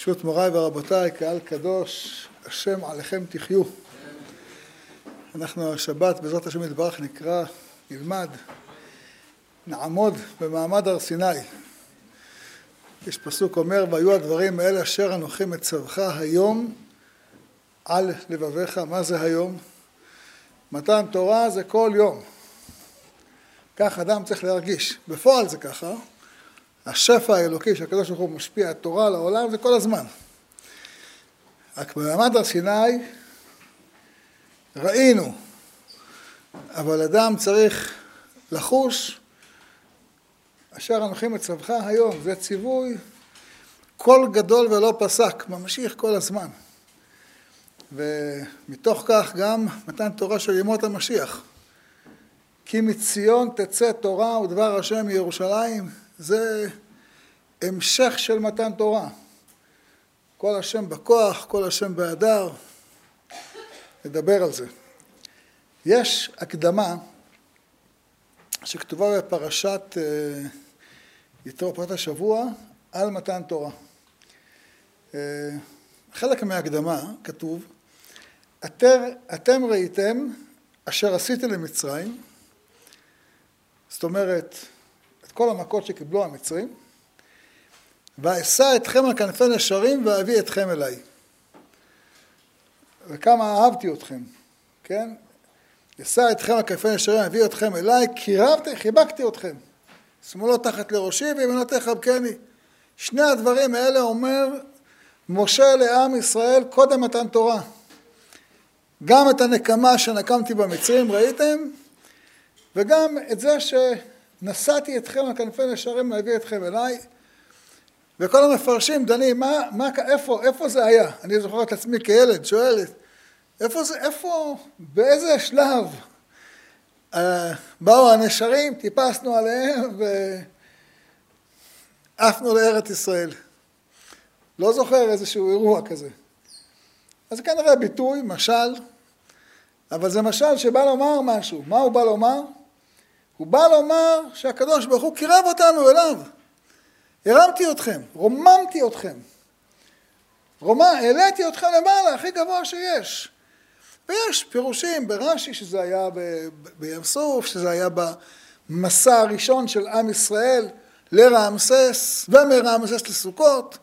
ברשות מוריי ורבותיי, קהל קדוש, השם עליכם תחיו. אנחנו השבת בעזרת השם יתברך נלמד, נעמוד במעמד הר סיני. יש פסוק אומר, והיו הדברים האלה אשר אנוכי מצווך היום על לבביך. מה זה היום? מתן תורה זה כל יום. כך אדם צריך להרגיש. בפועל זה ככה. השפע האלוקי שהקדוש ברוך הוא משפיע התורה לעולם זה כל הזמן. רק במעמד הר סיני ראינו, אבל אדם צריך לחוש אשר אנוכי מצווך היום. זה ציווי קול גדול ולא פסק, ממשיך כל הזמן. ומתוך כך גם מתן תורה של ימות המשיח. כי מציון תצא תורה ודבר השם מירושלים. זה המשך של מתן תורה. כל השם בכוח, כל השם בהדר. נדבר על זה. יש הקדמה שכתובה בפרשת יתרו, פרשת השבוע, על מתן תורה. חלק מההקדמה כתוב, אתם ראיתם אשר עשיתי למצרים, זאת אומרת, את כל המכות שקיבלו המצרים, ואשא אתכם על כנפי נשרים ואביא אתכם אליי. וכמה אהבתי אתכם, כן? אשא אתכם על כנפי נשרים ואביא אתכם אליי, חיבקתי אתכם. שמאלו תחת לראשי וימינו תחבקני. שני הדברים האלה אומר משה לעם ישראל קודם מתן תורה. גם את הנקמה שנקמתי במצרים ראיתם, וגם את זה שנשאתי אתכם על כנפי נשרים להביא אתכם אליי. וכל המפרשים דנים, איפה זה היה? אני זוכר את עצמי כילד, שואלת, באיזה שלב באו הנשרים, טיפסנו עליהם ועפנו לארץ ישראל. לא זוכר איזשהו אירוע כזה. אז זה כנראה ביטוי, משל, אבל זה משל שבא לומר משהו. מה הוא בא לומר? הוא בא לומר שהקדוש ברוך הוא קירב אותנו אליו. הרמתי אתכם, רוממתי אתכם. העליתי אתכם למעלה, הכי גבוה שיש. ויש פירושים ברש"י שזה היה בים סוף, שזה היה במסע הראשון של עם ישראל לרעמסס, ומרעמסס לסוכות.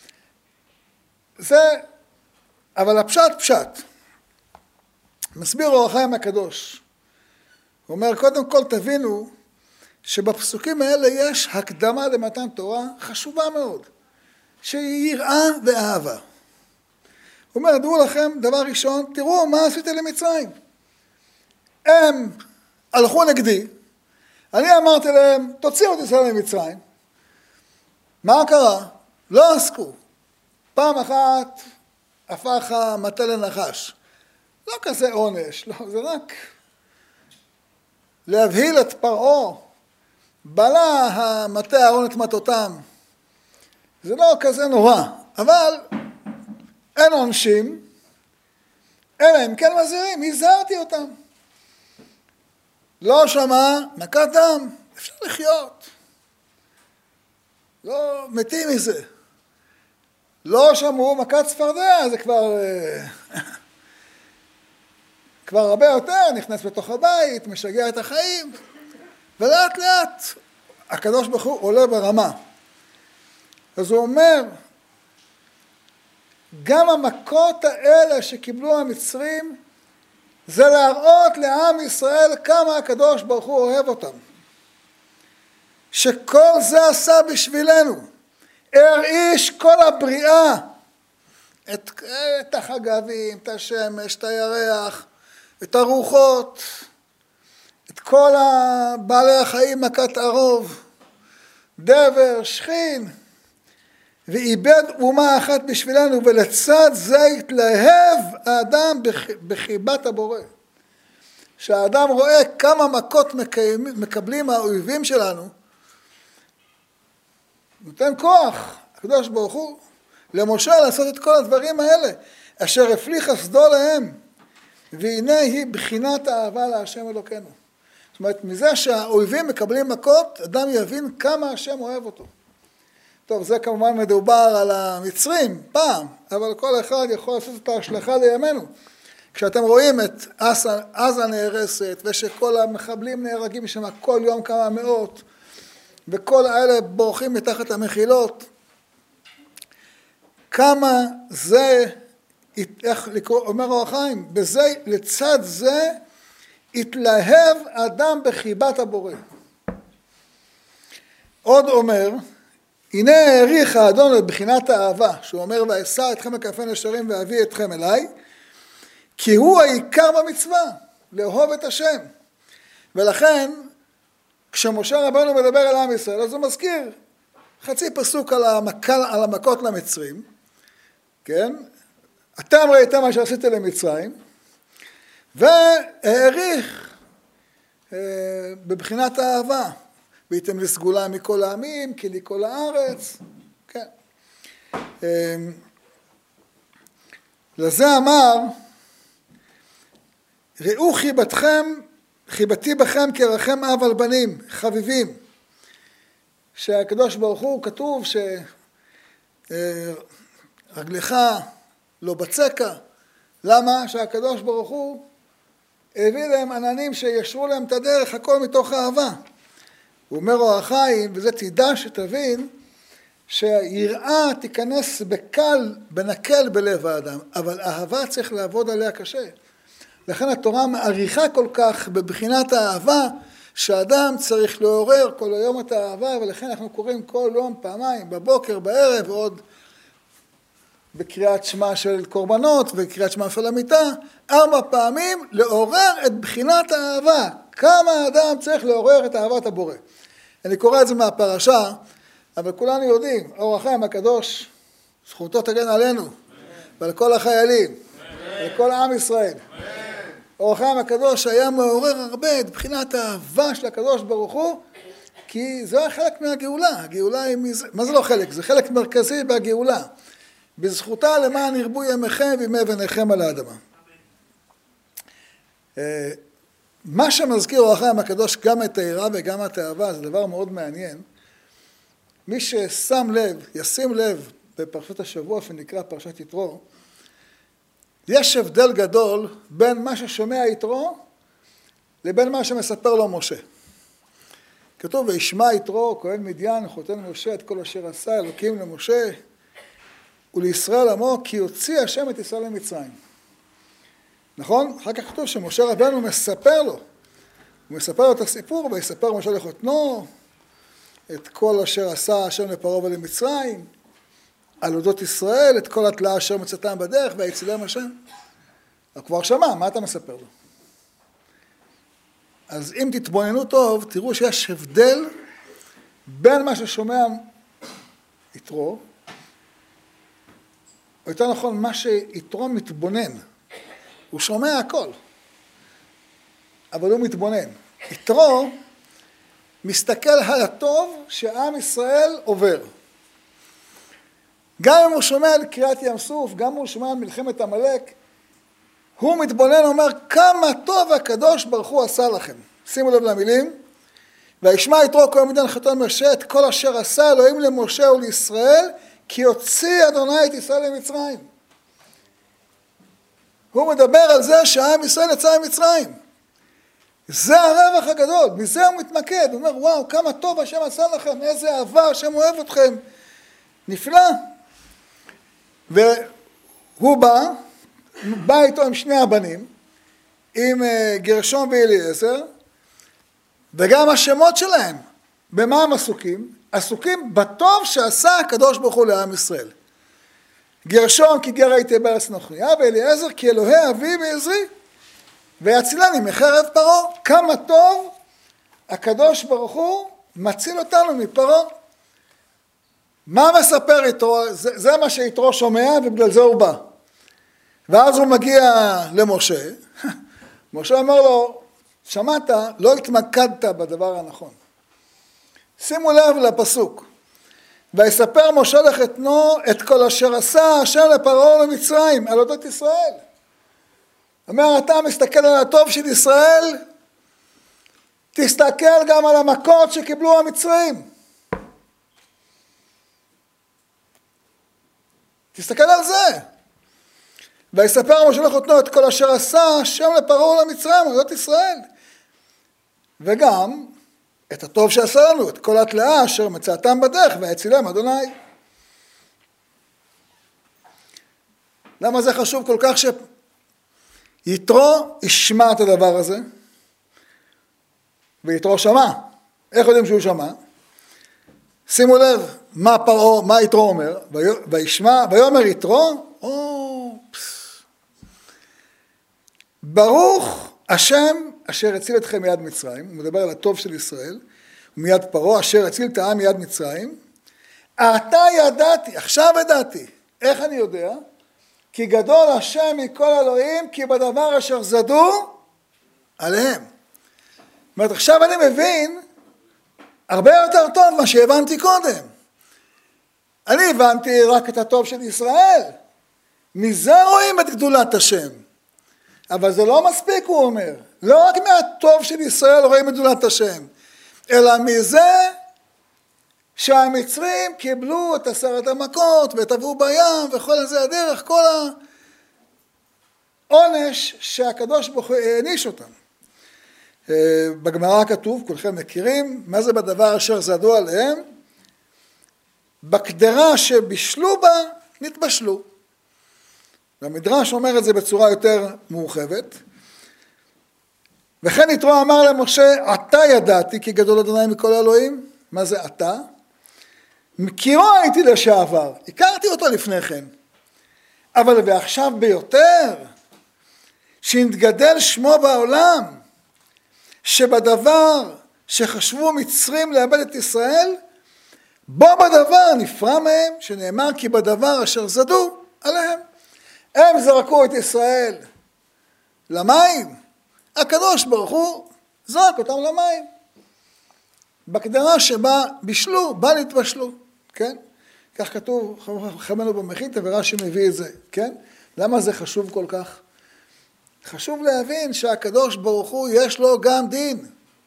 אבל הפשט פשט. מסביר אור החיים הקדוש. הוא אומר, קודם כל תבינו שבפסוקים האלה יש הקדמה למתן תורה חשובה מאוד, שהיא יראה ואהבה. הוא אומר, דעו לכם, דבר ראשון, תראו מה עשיתי למצרים. הם הלכו נגדי, אני אמרתי להם, תוציאו את ישראל ממצרים. מה קרה? לא עסקו. פעם אחת הפך המטה לנחש. לא כזה עונש, לא, זה רק להבהיל את פרעה. בלה המטה ארון את מטותם. זה לא כזה נורא, אבל אין עונשים, אלא אם כן מזהירים, הזהרתי אותם. לא שמע, מכת דם, אפשר לחיות. לא מתים מזה. לא שמעו, מכת צפרדע, זה כבר הרבה יותר, נכנס בתוך הבית, משגע את החיים, ולאט לאט הקדוש ברוך הוא עולה ברמה. אז הוא אומר, גם המכות האלה שקיבלו המצרים, זה להראות לעם ישראל כמה הקדוש ברוך הוא אוהב אותם. שכל זה עשה בשבילנו. הרעיש כל הבריאה, את החגבים, את השמש, את הירח, את הרוחות, את כל בעלי החיים, מכת ערוב, דבר, שכין, ואיבד אומה אחת בשבילנו, ולצד זה התלהב האדם בחיבת הבורא. שהאדם רואה כמה מכות מקבלים האויבים שלנו, נותן כוח, הקדוש ברוך הוא, למשה לעשות את כל הדברים האלה, אשר הפליך חסדו להם, והנה היא בחינת האהבה להשם אלוקינו. זאת אומרת, מזה שהאויבים מקבלים מכות, אדם יבין כמה השם אוהב אותו. טוב, זה כמובן מדובר על המצרים פעם, אבל כל אחד יכול לעשות את ההשלכה לימינו. כשאתם רואים את עזה נהרסת, ושכל המחבלים נהרגים שם כל יום כמה מאות, וכל האלה בורחים מתחת המחילות, כמה זה, איך לקרוא, אומר אור החיים, בזה, לצד זה, התלהב אדם בחיבת הבורא. עוד אומר, הנה העריך האדון לבחינת האהבה, שהוא אומר, ואשא אתכם לכנפי נשרים ואביא אתכם אליי, כי הוא העיקר במצווה, לאהוב את השם. ולכן, כשמשה רבנו מדבר על עם ישראל, אז הוא מזכיר חצי פסוק על המכות למצרים, כן? אתם ראיתם מה שעשיתם למצרים, והעריך בבחינת האהבה, והייתם לסגולה מכל העמים, כי לי כל הארץ, כן. לזה אמר, ראו חיבתי בכם כרחם אב על בנים, חביבים, שהקדוש ברוך הוא כתוב שרגלך לא בצקה, למה? שהקדוש ברוך הוא הביא להם עננים שישרו להם את הדרך, הכל מתוך אהבה. הוא אומר אור החיים, וזה תדע שתבין, שהיראה תיכנס בנקל בלב האדם, אבל אהבה צריך לעבוד עליה קשה. לכן התורה מעריכה כל כך בבחינת האהבה, שאדם צריך לעורר כל היום את האהבה, ולכן אנחנו קוראים כל יום פעמיים, בבוקר, בערב, ועוד בקריאת שמע של קורבנות, וקריאת שמע של המיטה, 4 פעמים לעורר את בחינת האהבה. כמה האדם צריך לעורר את אהבת הבורא. אני קורא את זה מהפרשה, אבל כולנו יודעים, אור החיים הקדוש, זכותו תגן עלינו, ועל כל החיילים, ולכל עם ישראל. אור החיים הקדוש היה מעורר הרבה את בחינת האהבה של הקדוש ברוך הוא, כי זה היה חלק מהגאולה. הגאולה היא מה זה לא חלק? זה חלק מרכזי בהגאולה. בזכותה למען ירבו ימיכם וימי בניכם על האדמה. מה שמזכיר אור החיים הקדוש, גם את היראה וגם את האהבה, זה דבר מאוד מעניין. מי ששם לב, ישים לב בפרשת השבוע שנקרא פרשת יתרו, יש הבדל גדול בין מה ששומע יתרו לבין מה שמספר לו משה. כתוב, וישמע יתרו, כהן מדיין, חותן משה, את כל אשר עשה אלוקים למשה ולישראל עמו, כי הוציא השם את ישראל למצרים. נכון? אחר כך כתוב שמשה רבנו מספר לו, הוא מספר לו את הסיפור, ויספר משה לחותנו, את כל אשר עשה השם לפרעה ולמצרים, על אודות ישראל, את כל התלאה אשר מצאתם בדרך, ויצילם השם. הוא כבר שמע, מה אתה מספר לו? אז אם תתבוננו טוב, תראו שיש הבדל בין מה ששומע יתרו, או יותר נכון, מה שיתרו מתבונן. הוא שומע הכל, אבל הוא מתבונן. יתרו מסתכל על הטוב שעם ישראל עובר. גם אם הוא שומע על קריאת ים סוף, גם אם הוא שומע על מלחמת עמלק, הוא מתבונן ואומר, כמה טוב הקדוש ברוך הוא עשה לכם. שימו לב למילים, וישמע יתרו כהן מדיין חותן משה, את כל אשר עשה אלוהים למשה ולישראל, כי הוציא אדוני את ישראל למצרים. הוא מדבר על זה שהעם ישראל יצא ממצרים. זה הרווח הגדול, מזה הוא מתמקד. הוא אומר, וואו, כמה טוב השם עשה לכם, איזה אהבה, השם אוהב אתכם. נפלא. והוא בא איתו עם 2 הבנים, עם גרשום ואליעזר, וגם השמות שלהם, במה הם עסוקים? עסוקים בטוב שעשה הקדוש ברוך הוא לעם ישראל. גרשום כי גר הייתי בארץ נוכריה, ואליעזר כי אלוהי אבי ועזרי, ויצילני מחרב פרעה. כמה טוב הקדוש ברוך הוא מציל אותנו מפרעה. מה מספר יתרו? זה מה שיתרו שומע, ובגלל זה הוא בא. ואז הוא מגיע למשה, משה אומר לו, שמעת, לא התמקדת בדבר הנכון. שימו לב לפסוק, ויספר משה לחתנו את כל אשר עשה השם לפרעה ולמצרים, על אודות ישראל. אומר, אתה מסתכל על הטוב של ישראל, תסתכל גם על המכות שקיבלו המצרים. תסתכל על זה. ויספר משה לחותנו את כל אשר עשה השם לפרעה ולמצרים, ולבנות ישראל. וגם את הטוב שעשה לנו, את כל התלאה אשר מצאתם בדרך, ויצילם אדוני. למה זה חשוב כל כך שיתרו ישמע את הדבר הזה? ויתרו שמע. איך יודעים שהוא שמע? שימו לב מה יתרו אומר, וישמע, ויאמר יתרו, ברוך השם אשר הציל אתכם מיד מצרים, הוא מדבר על הטוב של ישראל, ומיד פרעה, אשר הציל את העם מיד מצרים, עתה ידעתי, עכשיו ידעתי, איך אני יודע? כי גדול השם מכל אלוהים, כי בדבר אשר זדו עליהם. זאת אומרת, עכשיו אני מבין הרבה יותר טוב מה שהבנתי קודם. אני הבנתי רק את הטוב של ישראל, מזה רואים את גדולת השם. אבל זה לא מספיק, הוא אומר. לא רק מהטוב של ישראל רואים את גדולת השם, אלא מזה שהמצרים קיבלו את 10 המכות וטבעו בים וכל זה הדרך, כל העונש שהקדוש ברוך הוא העניש אותם. בגמרא כתוב, כולכם מכירים, מה זה בדבר אשר זדו עליהם? בקדרה שבישלו בה, נתבשלו. והמדרש אומר את זה בצורה יותר מורחבת. וכן יתרו אמר למשה, עתה ידעתי כי גדול אדוני מכל האלוהים. מה זה עתה? מכירו הייתי לשעבר, הכרתי אותו לפני כן. אבל ועכשיו ביותר, שנתגדל שמו בעולם, שבדבר שחשבו מצרים לאבד את ישראל, בו בדבר נפרע מהם, שנאמר כי בדבר אשר זדו עליהם. הם זרקו את ישראל למים, הקדוש ברוך הוא זרק אותם למים. בקדרה שבה בישלו, בה נתבשלו, כן? כך כתוב חכמינו במחילתא, ורש"י מביא את זה, כן? למה זה חשוב כל כך? חשוב להבין שהקדוש ברוך הוא יש לו גם דין.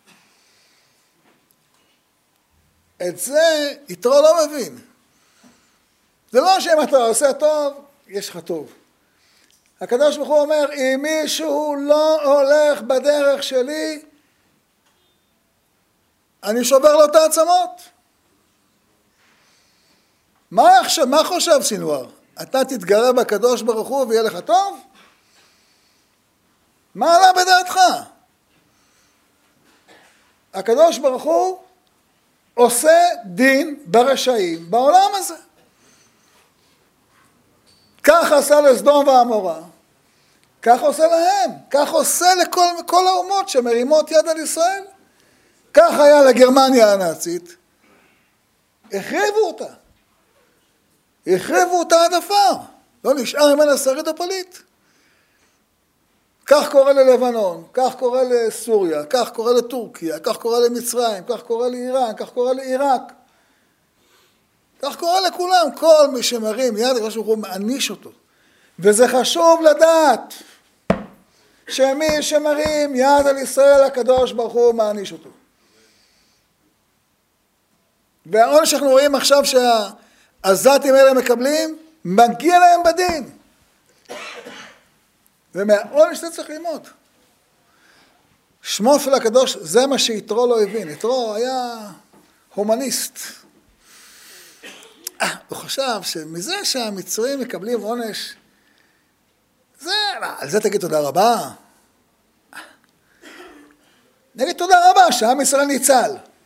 את זה יתרו לא מבין. זה לא שאם אתה עושה טוב, יש לך טוב. הקדוש ברוך הוא אומר, אם מישהו לא הולך בדרך שלי, אני שובר לו את העצמות. מה חושב סינואר? אתה תתגרה בקדוש ברוך הוא ויהיה לך טוב? מה עלה בדעתך? הקדוש ברוך הוא עושה דין ברשעים בעולם הזה. כך עשה לסדום ועמורה, כך עושה להם, כך עושה לכל האומות שמרימות יד על ישראל. כך היה לגרמניה הנאצית, החריבו אותה עד עפר, לא נשאר ממנה שריד או פליט. כך קורה ללבנון, כך קורה לסוריה, כך קורה לטורקיה, כך קורה למצרים, כך קורה לאיראן, כך קורה לעיראק. כך קורה לכולם, כל מי שמרים יד, הקדוש ברוך הוא מעניש אותו. וזה חשוב לדעת, שמי שמרים יד על ישראל, הקדוש ברוך הוא מעניש אותו. והעונש שאנחנו רואים עכשיו שהעזתים האלה מקבלים, מגיע להם בדין. ומהעונש זה צריך ללמוד. שמו של הקדוש, זה מה שיתרו לא הבין. יתרו היה הומניסט. הוא חשב שמזה שהמצרים מקבלים עונש, על זה תגיד תודה רבה. נגיד תודה רבה שעם ישראל ניצל.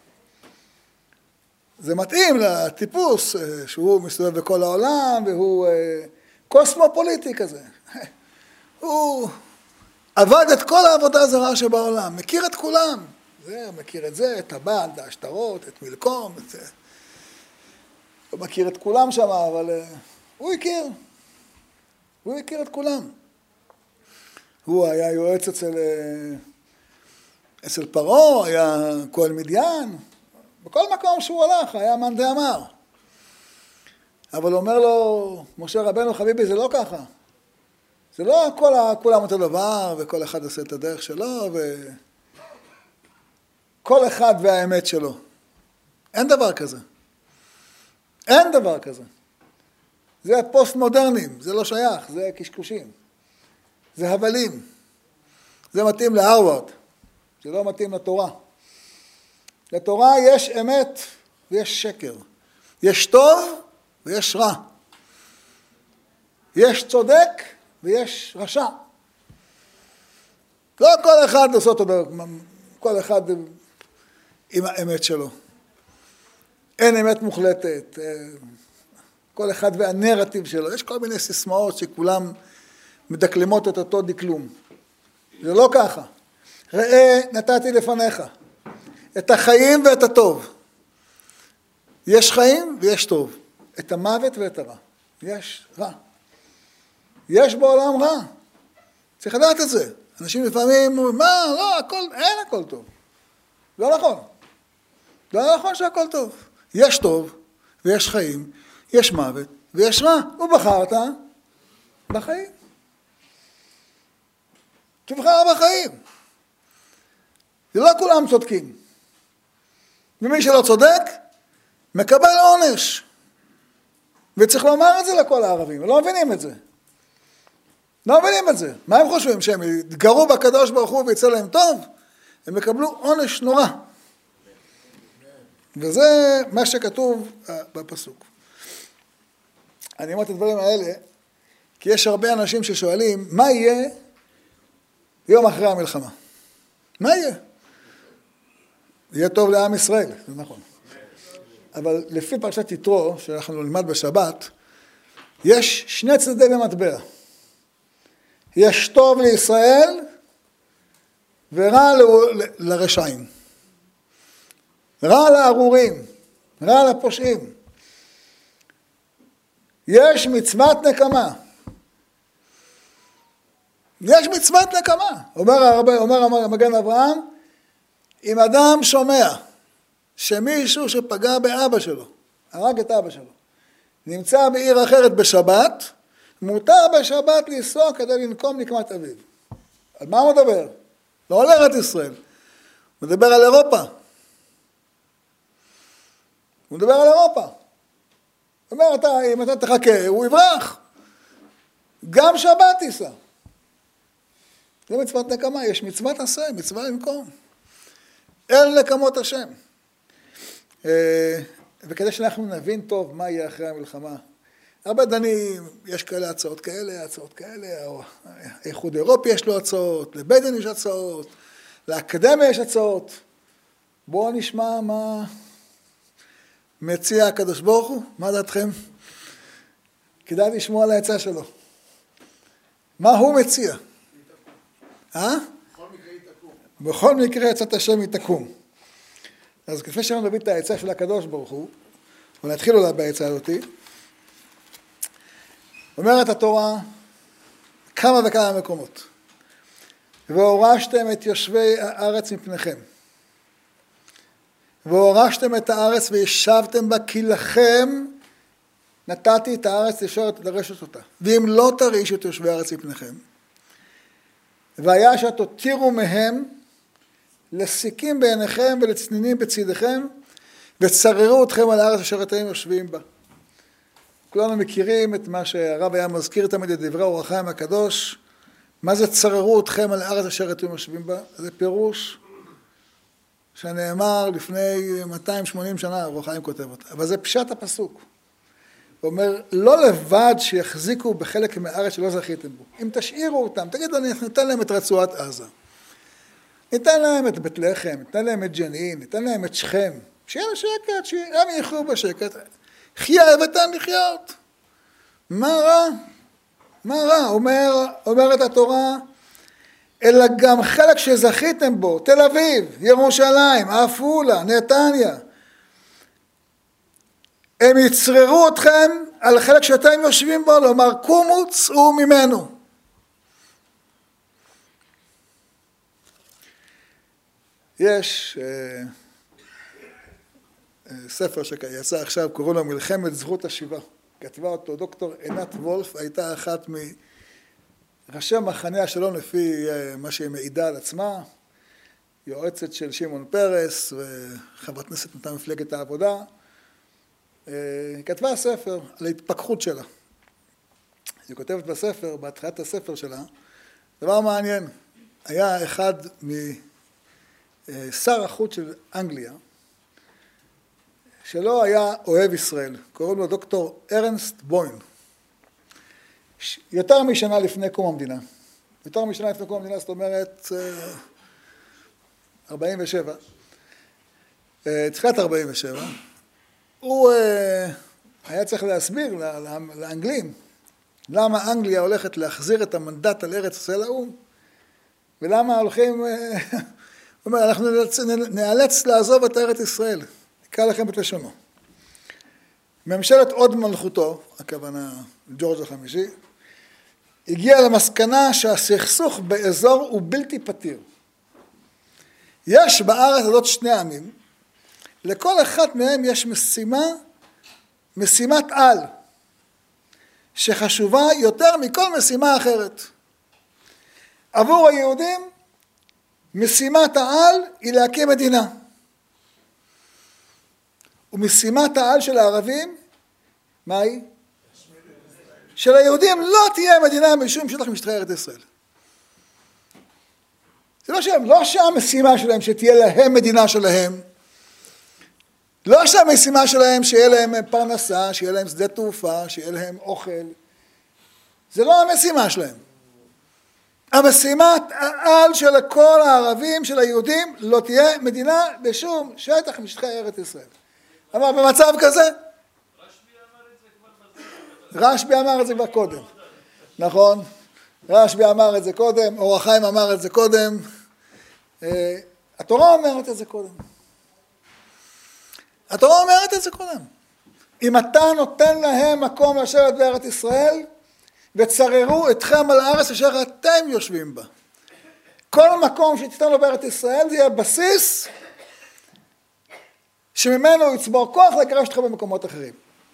זה מתאים לטיפוס שהוא מסתובב בכל העולם, והוא קוסמופוליטי כזה. הוא עבד את כל העבודה הזרה שבעולם, מכיר את כולם. זה, מכיר את זה, את הבן, את השטרות, את מלקום, את זה. הוא מכיר את כולם שם, אבל הוא הכיר את כולם. הוא היה יועץ אצל פרעה, היה כהן מדיין, בכל מקום שהוא הלך, היה מאן דאמר. אבל אומר לו, משה רבנו, חביבי, זה לא ככה. זה לא כולם אותו דבר, וכל אחד עושה את הדרך שלו, וכל אחד והאמת שלו. אין דבר כזה. אין דבר כזה. זה הפוסט מודרנים, זה לא שייך, זה קשקושים. זה הבלים. זה מתאים להרווארד, זה לא מתאים לתורה. לתורה יש אמת ויש שקר. יש טוב ויש רע. יש צודק ויש רשע. לא כל אחד עושה אותו דבר, כל אחד עם האמת שלו. אין אמת מוחלטת, כל אחד והנרטיב שלו. יש כל מיני סיסמאות שכולם מדקלמות את אותו דקלום. זה לא ככה. ראה נתתי לפניך את החיים ואת הטוב. יש חיים ויש טוב. את המוות ואת הרע. יש רע. יש בעולם רע. צריך לדעת את זה. אנשים לפעמים אומרים, מה, לא, אין הכל טוב. לא נכון. לא נכון שהכל טוב. יש טוב ויש חיים, יש מוות ויש רע. ובחרת בחיים. תבחר בחיים. ולא כולם צודקים. ומי שלא צודק, מקבל עונש. וצריך לומר את זה לכל הערבים, הם לא מבינים את זה. לא מבינים את זה. מה הם חושבים? שהם יתגרו בקדוש ברוך הוא ויצא להם טוב? הם יקבלו עונש נורא. וזה מה שכתוב בפסוק. אני אומר את הדברים האלה, כי יש הרבה אנשים ששואלים, מה יהיה יום אחרי המלחמה? מה יהיה? יהיה טוב לעם ישראל, זה נכון. אבל לפי פרשת יתרו, שאנחנו נלמד בשבת, יש שני צדדי במטבע. יש טוב לישראל ורע לרשעים. רע לארורים, רע לפושעים. יש מצוות נקמה. יש מצוות נקמה. אומר המגן אברהם, אם אדם שומע שמישהו שפגע באבא שלו, הרג את אבא שלו, נמצא בעיר אחרת בשבת, מותר בשבת לנסוע כדי לנקום נקמת אביו. על מה הוא מדבר? לא על ארץ ישראל. הוא מדבר על אירופה. הוא מדבר על אירופה. הוא אומר, אם אתה תחכה, הוא יברח. גם שבת תיסע. זה מצוות נקמה, יש מצוות עשה, מצווה לנקום. אל נקמות השם. וכדי שאנחנו נבין טוב מה יהיה אחרי המלחמה, הרבה דנים, יש כאלה הצעות כאלה, או האיחוד האירופי יש לו הצעות, לביידן יש הצעות, לאקדמיה יש הצעות. בואו נשמע מה מציע הקדוש ברוך הוא, מה דעתכם? כדאי לשמוע על העצה שלו. מה הוא מציע? בכל מקרה עצת השם היא תקום. אז לפני שאנחנו נביא את העצה של הקדוש ברוך הוא, ונתחיל אולי בעצה הזאתי, אומרת התורה כמה וכמה מקומות. והורשתם את יושבי הארץ מפניכם. והורשתם את הארץ וישבתם בה, כי לכם נתתי את הארץ לרשת אותה. ואם לא תרישו את יושבי הארץ מפניכם, והיה שתותירו מהם לסיקים בעיניכם ולצנינים בצדיכם, וצררו אתכם על הארץ אשר אתם יושבים בה. כולנו מכירים את מה שהרב היה מזכיר תמיד את דברי אור החיים הקדוש. מה זה צררו אתכם על הארץ אשר אתם יושבים בה? זה פירוש שנאמר לפני 280 שנה, אור החיים כותב אותה. אבל זה פשט הפסוק. הוא אומר, לא לבד שיחזיקו בחלק מהארץ שלא זכיתם בו. אם תשאירו אותם, תגידו, ניתן להם את רצועת עזה. ניתן להם את בית לחם, ניתן להם את ג'נין, ניתן להם את שכם. שיהיה בשקט, שהם יחיו בשקט. חיה ותן לחיות. מה רע? מה רע? אומרת התורה, אלא גם חלק שזכיתם בו, תל אביב, ירושלים, עפולה, נתניה. הם יצררו אתכם על חלק שאתם יושבים בו, לומר, קומו, צאו ממנו. יש ספר שיצא עכשיו, קוראים לו מלחמת זכות השיבה. כתבה אותו דוקטור עינת וולף, הייתה אחת מראשי מחנה השלום לפי מה שהיא מעידה על עצמה, יועצת של שמעון פרס וחברת כנסת מטעם מפלגת העבודה. היא כתבה ספר על ההתפכחות שלה. היא כותבת בספר, בהתחלת הספר שלה, דבר מעניין, היה אחד משר החוץ של אנגליה, שלא היה אוהב ישראל, קוראים לו דוקטור ארנסט בוין, יותר משנה לפני קום המדינה, זאת אומרת 47, תחילת 47, הוא היה צריך להסביר לאנגלים למה אנגליה הולכת להחזיר את המנדט על ארץ ישראל לאו"ם, ולמה הולכים, הוא אומר, אנחנו נאלץ לעזוב את ארץ ישראל, נקרא לכם את לשונו. ממשלת עוד מלכותו, הכוונה ג'ורג' החמישי, הגיע למסקנה שהסכסוך באזור הוא בלתי פתיר. יש בארץ הזאת שני עמים, לכל אחד מהם יש משימת על, שחשובה יותר מכל משימה אחרת. עבור היהודים, משימת העל היא להקים מדינה. ומשימת העל של הערבים, מה היא? של היהודים לא תהיה מדינה משום שטח משטחי ארץ ישראל. זה לא שהמשימה שלהם שתהיה להם מדינה שלהם, לא שהמשימה שלהם שיהיה להם פרנסה, שיהיה להם שדה תעופה, שיהיה להם אוכל. זה לא המשימה שלהם. המשימת העל של כל הערבים, של היהודים, לא תהיה מדינה בשום שטח משטחי ארץ ישראל. אבל במצב כזה, רשב"י אמר את זה כבר קודם. נכון, רשב"י אמר את זה קודם, אור החיים אמר את זה קודם, התורה אומרת את זה קודם. התורה אומרת את זה קודם. אם אתה נותן להם מקום לשבת בארץ ישראל, וצררו אתכם על הארץ אשר אתם יושבים בה. כל מקום שתיתן לו בארץ ישראל, זה יהיה בסיס שממנו יצבור כוח לגרש אתכם במקומות אחרים.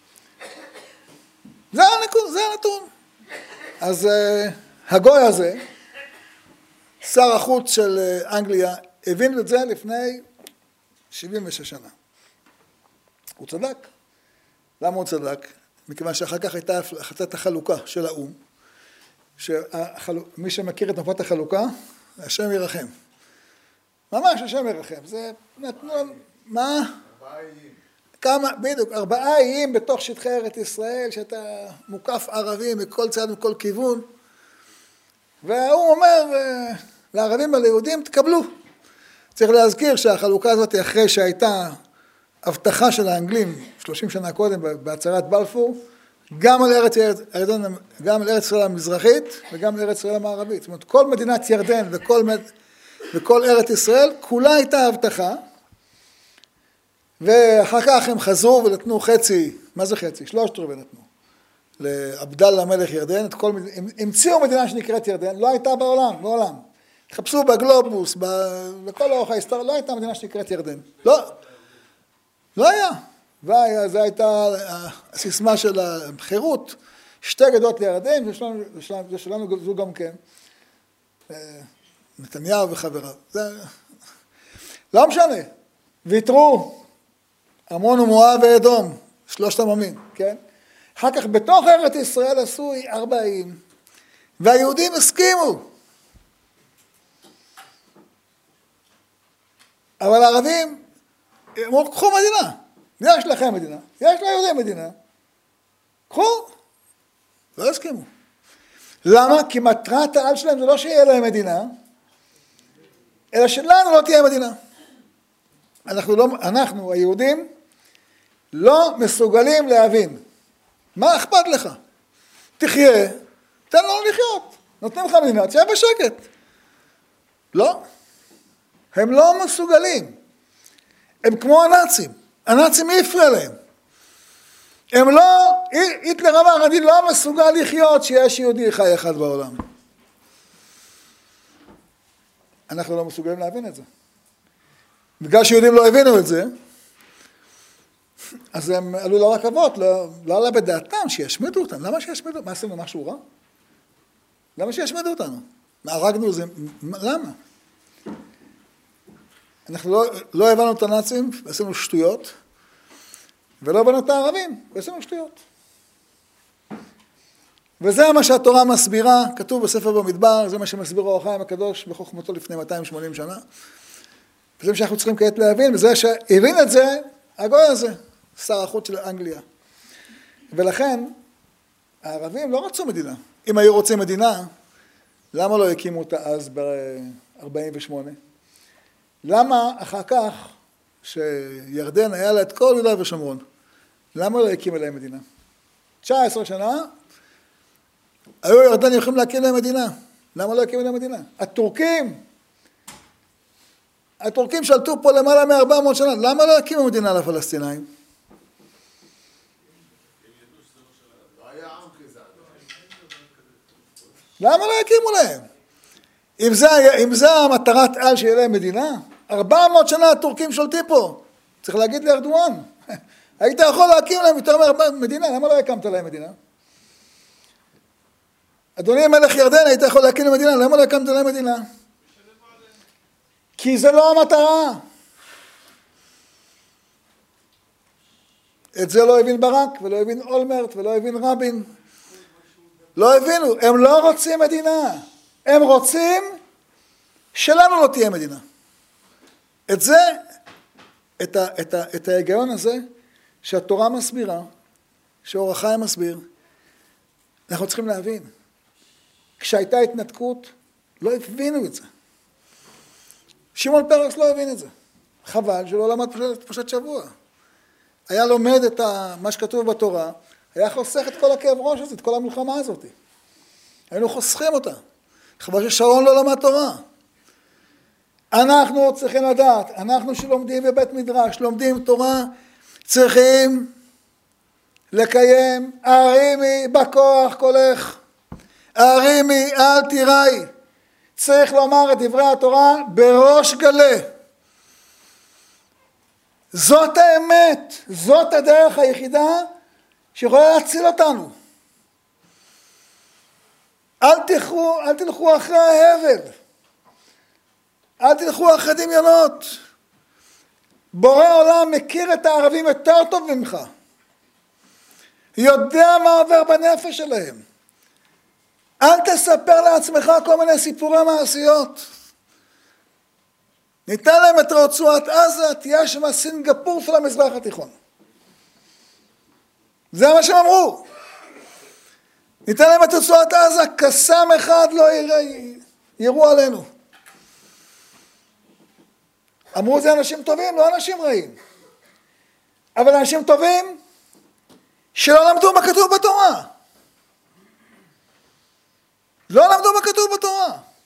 זה הנתון. אז הגוי הזה, שר החוץ של אנגליה, הבין את זה לפני 76 שנה. הוא צדק. למה הוא צדק? מכיוון שאחר כך הייתה החלטת החלוקה של האו"ם, מי שמכיר את מפת החלוקה, השם ירחם. ממש השם ירחם. זה נתנו, מה? 4 איים. כמה, בדיוק, 4 איים בתוך שטחי ארץ ישראל, שאתה מוקף ערבים מכל צד ומכל כיוון, והוא אומר לערבים וליהודים, תקבלו. צריך להזכיר שהחלוקה הזאת אחרי שהייתה הבטחה של האנגלים 30 שנה קודם בהצהרת בלפור, גם על ארץ ישראל המזרחית וגם על ארץ ישראל המערבית. זאת אומרת, כל מדינת ירדן וכל ארץ ישראל, כולה הייתה הבטחה, ואחר כך הם חזרו ונתנו חצי, מה זה חצי? 3/4 נתנו, לעבדאללה מלך ירדן, המציאו מדינה שנקראת ירדן, לא הייתה בעולם. תחפשו בגלובוס, בכל אורך ההיסטוריה, לא הייתה מדינה שנקראת ירדן. לא היה. זו הייתה הסיסמה של החירות, 2 גדות לירדן, ושלנו זו גם כן. נתניהו וחבריו. לא משנה. ויתרו, עמון ומואב ואדום, 3 עמים, כן? אחר כך בתוך ארץ ישראל עשו 4 איים, והיהודים הסכימו. אבל הערבים אמרו, קחו מדינה, יש לכם מדינה, יש ליהודים מדינה, קחו, לא הסכימו. למה? כי מטרת העל שלהם זה לא שיהיה להם מדינה, אלא שלנו לא תהיה מדינה. אנחנו היהודים, לא מסוגלים להבין. מה אכפת לך? תחיה, תן לנו לחיות. נותנים לך מדינה, תהיה בשקט. לא. הם לא מסוגלים. הם כמו הנאצים. הנאצים הפריע להם. הם לא, היטלר אמר, אני לא מסוגל לחיות שיש יהודי חי אחד בעולם. אנחנו לא מסוגלים להבין את זה. בגלל שיהודים לא הבינו את זה, אז הם עלו לרכבות, לא עלה בדעתם שישמידו אותנו. למה שישמידו? מה עשינו משהו רע? למה שישמידו אותנו? מה הרגנו את זה? למה? אנחנו לא הבנו את הנאצים ועשינו שטויות, ולא הבנו את הערבים ועשינו שטויות. וזה מה שהתורה מסבירה, כתוב בספר במדבר, זה מה שמסביר אור החיים הקדוש בחוכמתו לפני 280 שנה. וזה מה שאנחנו צריכים כעת להבין, וזה שהבין את זה, הגוי הזה, שר החוץ של אנגליה. ולכן, הערבים לא רצו מדינה. אם היו רוצים מדינה, למה לא הקימו אותה אז ב-48? למה אחר כך, שירדן היה לה את כל יהודה ושומרון, למה לא הקימה להם מדינה? 19 שנה, היו ירדנים יכולים להקים להם מדינה. למה לא הקימו להם מדינה? הטורקים שלטו פה למעלה מ-400 שנה, למה לא הקימו מדינה לפלסטינאים? למה לא הקימו להם? אם זה המטרת על שיהיה להם מדינה, 400 שנה הטורקים שולטים פה. צריך להגיד לארדואן, היית יכול להקים להם יותר מדינה, למה לא הקמת להם מדינה? אדוני מלך ירדן, היית יכול להקים להם מדינה, למה לא הקמת להם מדינה? כי זה לא המטרה. את זה לא הבין ברק, ולא הבין אולמרט, ולא הבין רבין. לא הבינו, הם לא רוצים מדינה. הם רוצים שלנו לא תהיה מדינה. את זה, את ההיגיון הזה, שהתורה מסבירה, שאור החיים מסביר, אנחנו צריכים להבין. כשהייתה התנתקות, לא הבינו את זה. שמעון פרס לא הבין את זה. חבל שלא למד פרשת שבוע. היה לומד את מה שכתוב בתורה, היה חוסך את כל הכאב ראש הזה, את כל המלחמה הזאת. היינו חוסכים אותה. חבל ששרון לא למד תורה. אנחנו צריכים לדעת, אנחנו שלומדים בבית מדרש, לומדים תורה, צריכים לקיים, הרימי בכוח קולך, הרימי אל תיראי. צריך לומר את דברי התורה בראש גלה. זאת האמת, זאת הדרך היחידה שיכולה להציל אותנו. אל תלכו אחרי ההבל. אל תלכו אחרי דמיונות. בורא עולם מכיר את הערבים יותר טוב ממך. יודע מה עובר בנפש שלהם. אל תספר לעצמך כל מיני סיפורי מעשיות. ניתן להם את רצועת עזה, תהיה שם סינגפור של המזרח התיכון. זה מה שהם אמרו. ניתן להם את רצועת עזה, קסם אחד לא יראו עלינו. אמרו זה אנשים טובים, לא אנשים רעים. אבל אנשים טובים שלא למדו מה כתוב בתורה. לא למדו מה כתוב בתורה.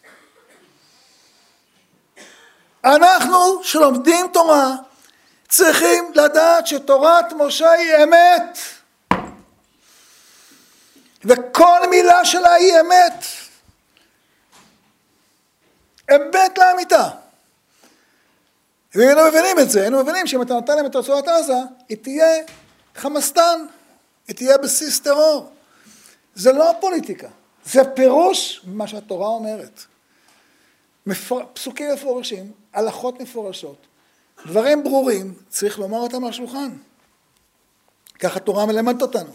אנחנו שלומדים תורה צריכים לדעת שתורת משה היא אמת. וכל מילה שלה היא אמת. אמת לאמיתה. והיינו מבינים את זה, היינו מבינים שאם אתה נותן להם את רצועת עזה, היא תהיה חמאסטן, היא תהיה בסיס טרור. זה לא פוליטיקה, זה פירוש מה שהתורה אומרת. פסוקים מפורשים, הלכות מפורשות, דברים ברורים, צריך לומר אותם על השולחן. ככה התורה מלמדת אותנו.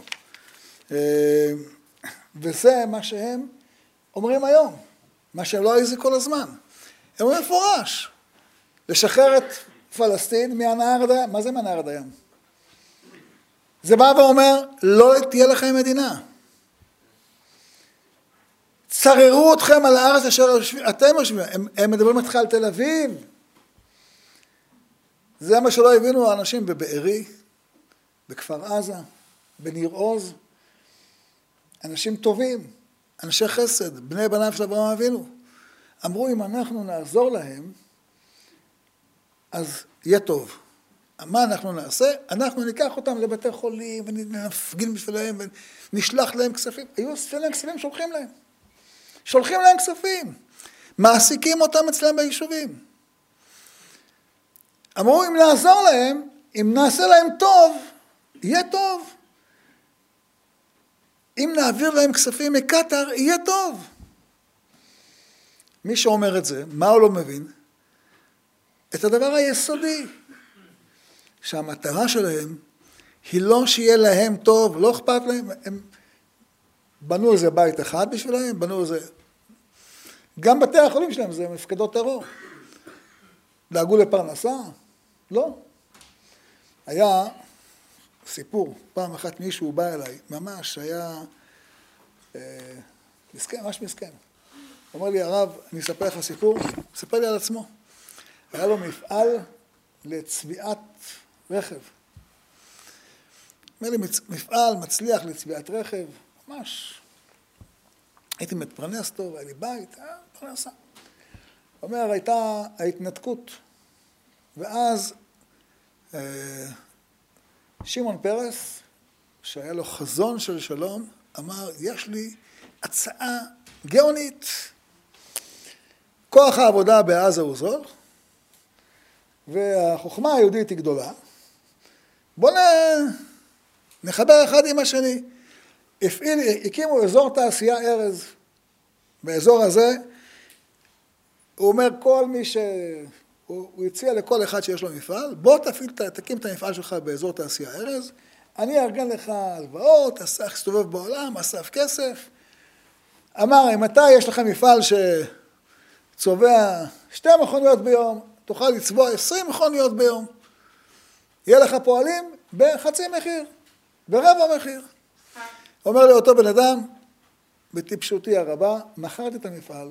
וזה מה שהם אומרים היום, מה שהם לא היו כל הזמן. הם אומרים מפורש, לשחרר את פלסטין מהנהר עד הים. מה זה מהנהר עד הים? זה בא ואומר, לא תהיה לכם מדינה. צררו אתכם על הארץ אשר אתם יושבים. הם מדברים איתך על תל אביב. זה מה שלא הבינו האנשים בבארי, בכפר עזה, בניר עוז. אנשים טובים, אנשי חסד, בני בניו של אברהם אבינו. אמרו, אם אנחנו נעזור להם, אז יהיה טוב. מה אנחנו נעשה? אנחנו ניקח אותם לבתי חולים, ונפגין בשבילם, ונשלח להם כספים. היו להם כספים, שולחים להם. שולחים להם כספים. מעסיקים אותם אצלם ביישובים. אמרו, אם נעזור להם, אם נעשה להם טוב, יהיה טוב. אם נעביר להם כספים מקטר, יהיה טוב. מי שאומר את זה, מה הוא לא מבין? את הדבר היסודי, שהמטרה שלהם היא לא שיהיה להם טוב, לא אכפת להם, בנו איזה בית אחד בשבילם, בנו איזה... גם בתי החולים שלהם זה מפקדות טרור. דאגו לפרנסה? לא. היה סיפור, פעם אחת מישהו בא אליי, ממש היה מסכן, ממש מסכן. הוא אומר לי, הרב, אני אספר לך סיפור, ספר לי על עצמו. היה לו מפעל לצביעת רכב. אומר לי, מפעל מצליח לצביעת רכב, ממש. הייתי מתפרנס טוב, היה לי בית, פרנסה. הוא אומר, הייתה ההתנתקות, ואז שמעון פרס, שהיה לו חזון של שלום, אמר, יש לי הצעה גאונית. כוח העבודה בעזה הוא זול, והחוכמה היהודית היא גדולה. בואו נחבר אחד עם השני. הקימו אזור תעשייה ארז. באזור הזה, הוא אומר, כל מי הוא הציע לכל אחד שיש לו מפעל, בוא תקים את המפעל שלך באזור תעשייה ארז, אני אארגן לך הלוואות, אסף סתובב בעולם, אסף כסף. אמר, אם אתה יש לך מפעל שצובע 2 מכוניות ביום, תוכל לצבוע 20 מכוניות ביום. יהיה לך פועלים בחצי מחיר, ברבע מחיר. אומר לי אותו בן אדם, בטיפשותי הרבה, מכרתי את המפעל,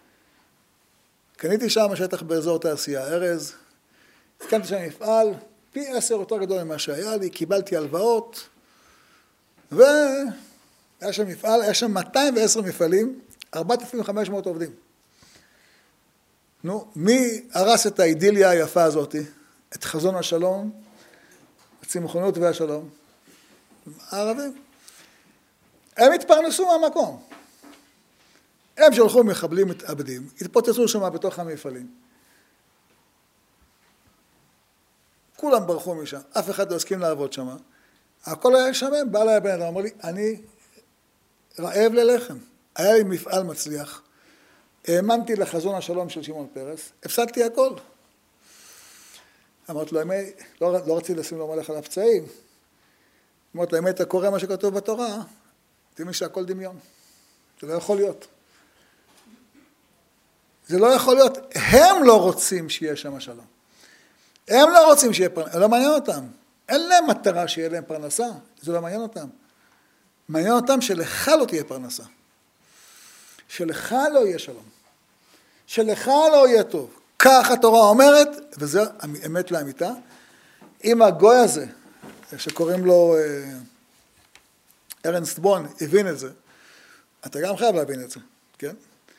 קניתי שם שטח באזור תעשייה ארז, הקמתי שם מפעל, פי 10 יותר גדול ממה שהיה לי, קיבלתי הלוואות, והיה שם מפעל, היה שם 210 מפעלים, 4,500 עובדים. נו, מי הרס את האידיליה היפה הזאת, את חזון השלום, הצמחוניות והשלום? הערבים. הם התפרנסו מהמקום. הם שלחו מחבלים מתאבדים, התפוצצו שם בתוך המפעלים. כולם ברחו משם, אף אחד לא הסכים לעבוד שם. הכל היה שמם, בא אליי בן אדם, אמר לי, אני רעב ללחם. היה לי מפעל מצליח, האמנתי לחזון השלום של שמעון פרס, הפסדתי הכל. אמרתי לו, לא רציתי לשים לו מלך על הפצעים. אמרתי לו, אם היית קורא מה שכתוב בתורה, תראי שהכל דמיון. זה לא יכול להיות. זה לא יכול להיות. הם לא רוצים שיהיה שם השלום. הם לא רוצים שיהיה פרנסה, לא מעניין אותם. אין להם מטרה שיהיה להם פרנסה, זה לא מעניין אותם. מעניין אותם שלך לא תהיה פרנסה. שלך לא יהיה שלום. שלך לא יהיה טוב. כך התורה אומרת, וזה אמת לאמיתה, אם הגוי הזה, שקוראים לו ארנסט בון, הבין את זה, אתה גם חייב להבין את זה, כן?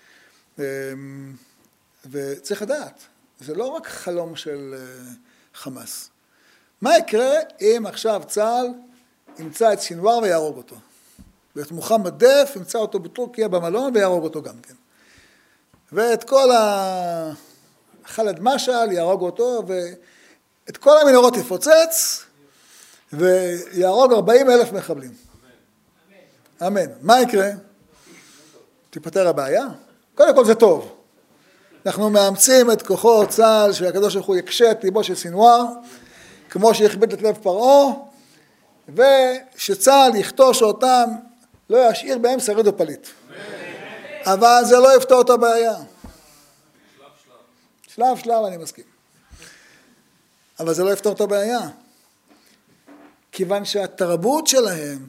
וצריך לדעת, זה לא רק חלום של חמאס. מה יקרה אם עכשיו צה"ל ימצא את סינואר ויהרוג אותו? ואת מוחמד דף ימצא אותו בטורקיה במלון ויהרוג אותו גם כן. ואת כל ח'אלד משעל יהרוג אותו, ואת כל המנהרות יפוצץ, ויהרוג 40,000 מחבלים. אמן. אמן. מה יקרה? תיפטר הבעיה? קודם כל זה טוב. אנחנו מאמצים את כוחות צה"ל, שהקדוש ברוך הוא יקשה את ליבו של סינואר, כמו שיכביד את לב פרעה, ושצה"ל יכתוש אותם, לא ישאיר בהם שריד או פליט. אבל זה לא יפתור את הבעיה. שלב שלב אני מסכים. אבל זה לא יפתור את הבעיה. כיוון שהתרבות שלהם,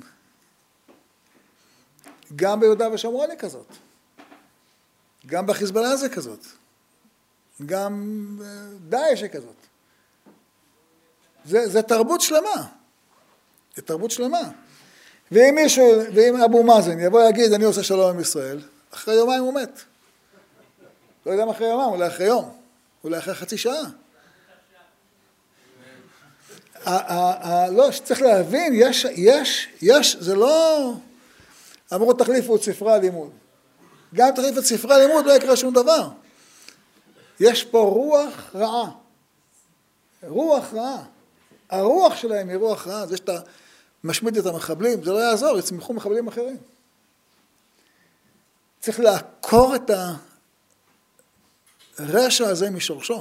גם ביהודה ושומרון היא כזאת. גם בחיזבאללה זה כזאת. גם דאעש היא כזאת. זה תרבות שלמה. זה תרבות שלמה. ואם אבו מאזן יבוא להגיד, אני עושה שלום עם ישראל, אחרי יומיים הוא מת. לא יודע מה אחרי יומיים, אולי אחרי יום. אולי אחרי חצי שעה. לא, שצריך להבין, יש, זה לא... אמרו תחליפו את ספרי הלימוד. גם תחליף את ספרי הלימוד לא יקרה שום דבר. יש פה רוח רעה. רוח רעה. הרוח שלהם היא רוח רעה. זה שאתה משמיד את המחבלים, זה לא יעזור, יצמחו מחבלים אחרים. צריך לעקור את הרשע הזה משורשו.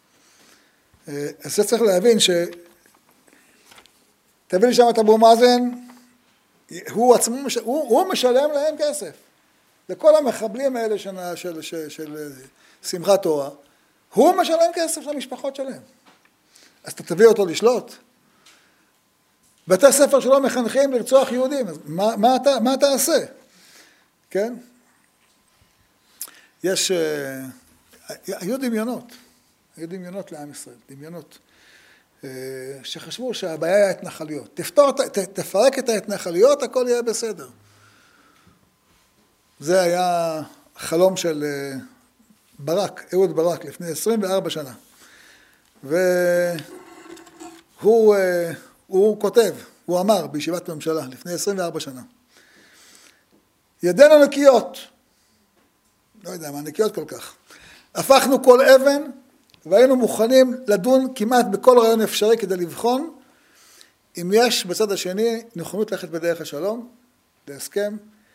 אז זה צריך להבין תביא לי שם את אבו מאזן, הוא עצמו, הוא משלם להם כסף. לכל המחבלים האלה של שמחת תורה, הוא משלם כסף למשפחות שלהם. אז אתה תביא אותו לשלוט. בתי ספר שלא מחנכים לרצוח יהודים, אז מה אתה עושה? כן? היו דמיונות לעם ישראל, דמיונות, שחשבו שהבעיה היא ההתנחלויות. תפרק את ההתנחלויות, הכל יהיה בסדר. זה היה חלום של ברק, אהוד ברק, לפני 24 שנה. והוא כותב, הוא אמר בישיבת ממשלה, לפני 24 שנה. ידינו נקיות, לא יודע מה נקיות כל כך. הפכנו כל אבן, והיינו מוכנים לדון כמעט בכל רעיון אפשרי כדי לבחון, אם יש בצד השני נכונות ללכת בדרך השלום, להסכם,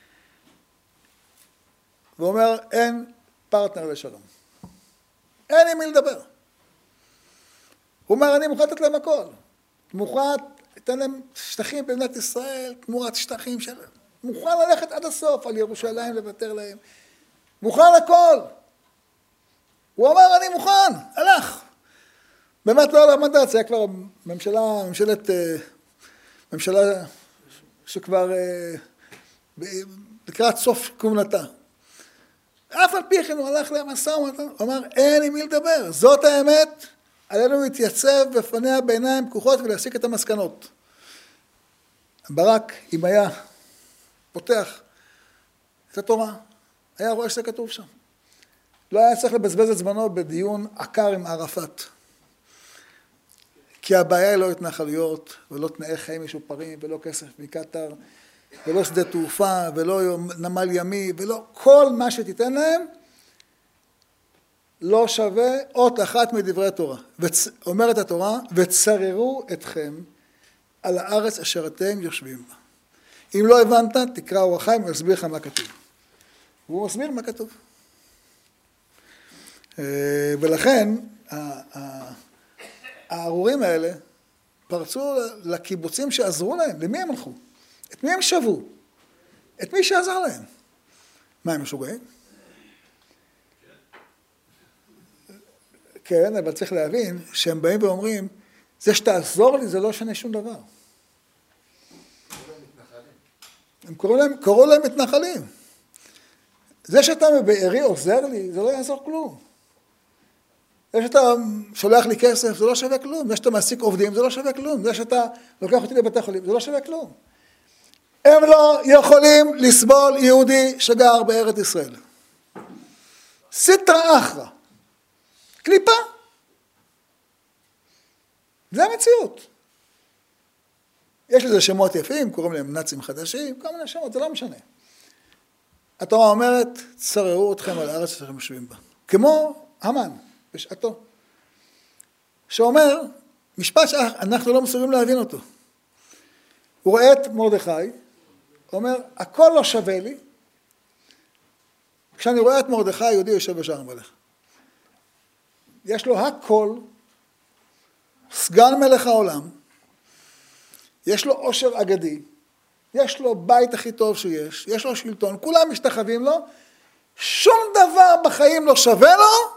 והוא אומר, אין פרטנר לשלום. אין עם מי לדבר. הוא אומר, אני מוכן לתת להם הכל. מוכן לתת להם שטחים במדינת ישראל, תמורת שטחים שלהם. מוכן ללכת עד הסוף על ירושלים, לוותר להם. מוכן הכל. הוא אמר, אני מוכן, הלך. באמת לא על המנדט, זה היה כבר ממשלה שכבר לקראת סוף כהונתה. אף על פי כן הוא הלך למשא ומתן, הוא אמר, אין עם מי לדבר, זאת האמת, עלינו להתייצב בפניה בעיניים פקוחות ולהסיק את המסקנות. ברק, אם היה פותח את התורה, היה רואה שזה כתוב שם. לא היה צריך לבזבז את זמנו בדיון עקר עם ערפאת. כי הבעיה היא לא התנחלויות, ולא תנאי חיים משופרים, ולא כסף מקטר, ולא שדה תעופה, ולא נמל ימי, ולא כל מה שתיתן להם, לא שווה אות אחת מדברי התורה. אומרת התורה, וצררו אתכם על הארץ אשר אתם יושבים בה. אם לא הבנת, תקרא אור החיים, הוא יסביר לך מה כתוב. והוא מסביר מה כתוב. ולכן, הארורים האלה פרצו לקיבוצים שעזרו להם. למי הם הלכו? את מי הם שבו? את מי שעזר להם? מה, הם משוגעים? כן, אבל צריך להבין שהם באים ואומרים, זה שתעזור לי זה לא שנה שום דבר. הם קראו להם מתנחלים. זה שאתה מבארי עוזר לי, זה לא יעזור כלום. זה שאתה שולח לי כסף, זה לא שווה כלום. זה שאתה מעסיק עובדים, זה לא שווה כלום. זה שאתה לוקח אותי לבתי חולים, זה לא שווה כלום. הם לא יכולים לסבול יהודי שגר בארץ ישראל. סיטרא אחרא. קליפה. זה המציאות. יש לזה שמות יפים, קוראים להם נאצים חדשים, כל מיני שמות, זה לא משנה. התורה אומרת, צררו אתכם על הארץ שאתם יושבים בה. כמו המן, בשעתו. שאומר, משפט שאנחנו לא מסוגלים להבין אותו. הוא רואה את מרדכי, הוא אומר, הכל לא שווה לי, כשאני רואה את מרדכי, יהודי יושב בשער המלך. יש לו הכל, סגן מלך העולם, יש לו עושר אגדי, יש לו בית הכי טוב שיש, יש לו שלטון, כולם משתחווים לו, שום דבר בחיים לא שווה לו,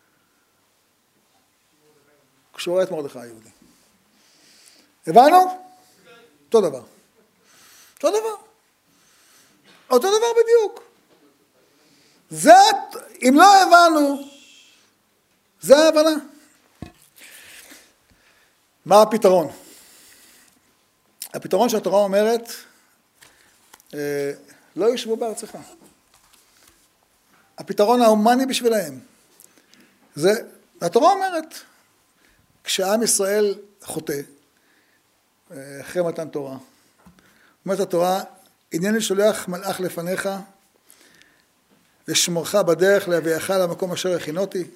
כשהוא רואה את מרדכי היהודי. הבנו? אותו דבר. אותו דבר. אותו דבר בדיוק. אם לא הבנו, זה ההבנה. מה הפתרון? הפתרון שהתורה אומרת, לא ישבו בארצך. הפתרון ההומני בשבילהם. התורה אומרת, כשעם ישראל חוטא, אחרי מתן תורה, אומרת התורה, הנני שולח מלאך לפניך, לשמורך בדרך להביאך למקום אשר הכינותי,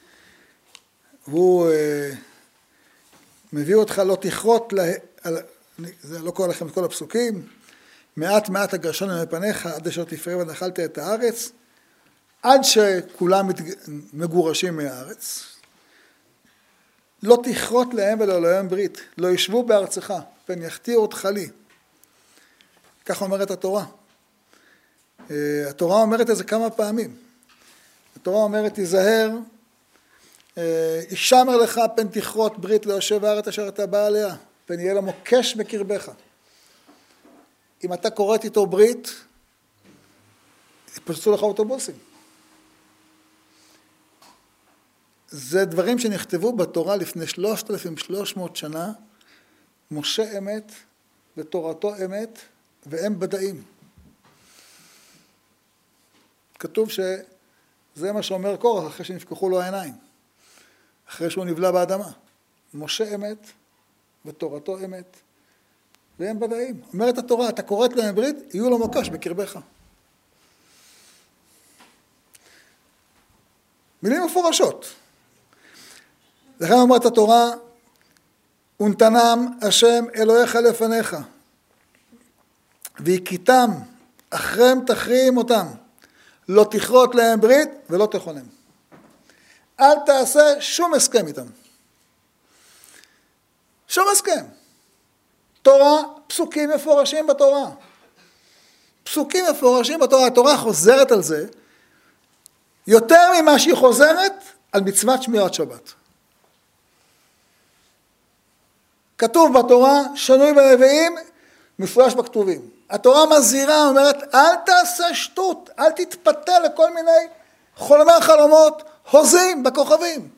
והוא מביא אותך לא תכרות, זה לא קורא לכם את כל הפסוקים, מעט מעט הגרשנו מפניך, עד אשר תפרע ונחלת את הארץ, עד שכולם מגורשים מהארץ, לא תכרות להם ולאלוהיהם ברית, לא ישבו בארצך, פן יחטיאו אותך לי. כך אומרת התורה. התורה אומרת את זה כמה פעמים. התורה אומרת, תיזהר, ישמר לך פן תכרות ברית ליושב הארץ אשר אתה בא עליה, פן יהיה לה מוקש בקרבך. אם אתה קוראת איתו ברית, יפוצצו לך אוטובוסים. זה דברים שנכתבו בתורה לפני 3,300 שנה, משה אמת ותורתו אמת, והם בדאים. כתוב שזה מה שאומר קורח אחרי שנפקחו לו העיניים, אחרי שהוא נבלע באדמה. משה אמת ותורתו אמת, והם בדאים. אומרת התורה, אתה קוראת להם ברית, יהיו לו מוקש בקרבך. מילים מפורשות. לכן אומרת התורה, ונתנם השם אלוהיך לפניך, והכיתם אחריהם תכריעים אותם, לא תכרות להם ברית ולא תכונם. אל תעשה שום הסכם איתם. שום הסכם. תורה, פסוקים מפורשים בתורה. פסוקים מפורשים בתורה. התורה חוזרת על זה, יותר ממה שהיא חוזרת על מצוות שמירת שבת. כתוב בתורה, שנוי בנביאים, מפורש בכתובים. התורה מזהירה, אומרת, אל תעשה שטות, אל תתפתה לכל מיני חולמי חלומות, הוזים בכוכבים.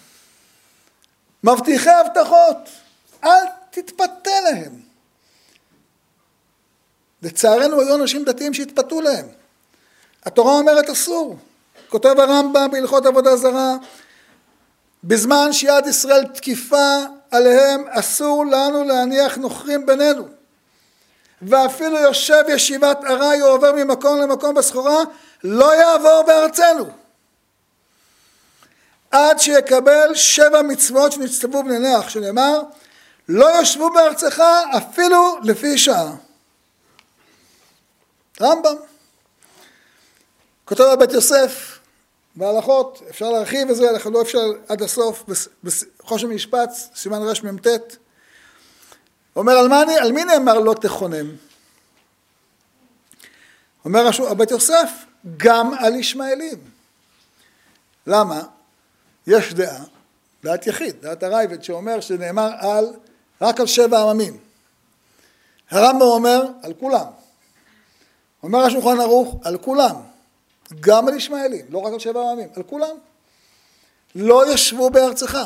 מבטיחי הבטחות, אל תתפתה להם. לצערנו היו אנשים דתיים שהתפתו להם. התורה אומרת אסור. כותב הרמב"ם בהלכות עבודה זרה, בזמן שיד ישראל תקיפה עליהם, אסור לנו להניח נוכרים בינינו. ואפילו יושב ישיבת ארעי או עובר ממקום למקום בסחורה, לא יעבור בארצנו. עד שיקבל 7 מצוות שנצטוו בני נח, שנאמר, לא יושבו בארצך אפילו לפי שעה. רמב"ם. כותב הבית יוסף, בהלכות, אפשר להרחיב את זה, לא אפשר עד הסוף, בחושן משפט, סימן רמ"ט. אומר, על מי נאמר לא תכונם? אומר הבית יוסף, גם על ישמעאלים. למה? יש דעת יחיד, דעת הרייבד, שאומר שנאמר רק על 7 עממים. הרמב"ם אומר, על כולם. אומר השולחן ערוך, על כולם. גם על ישמעאלים, לא רק על 7 עממים, על כולם. לא ישבו בארצך.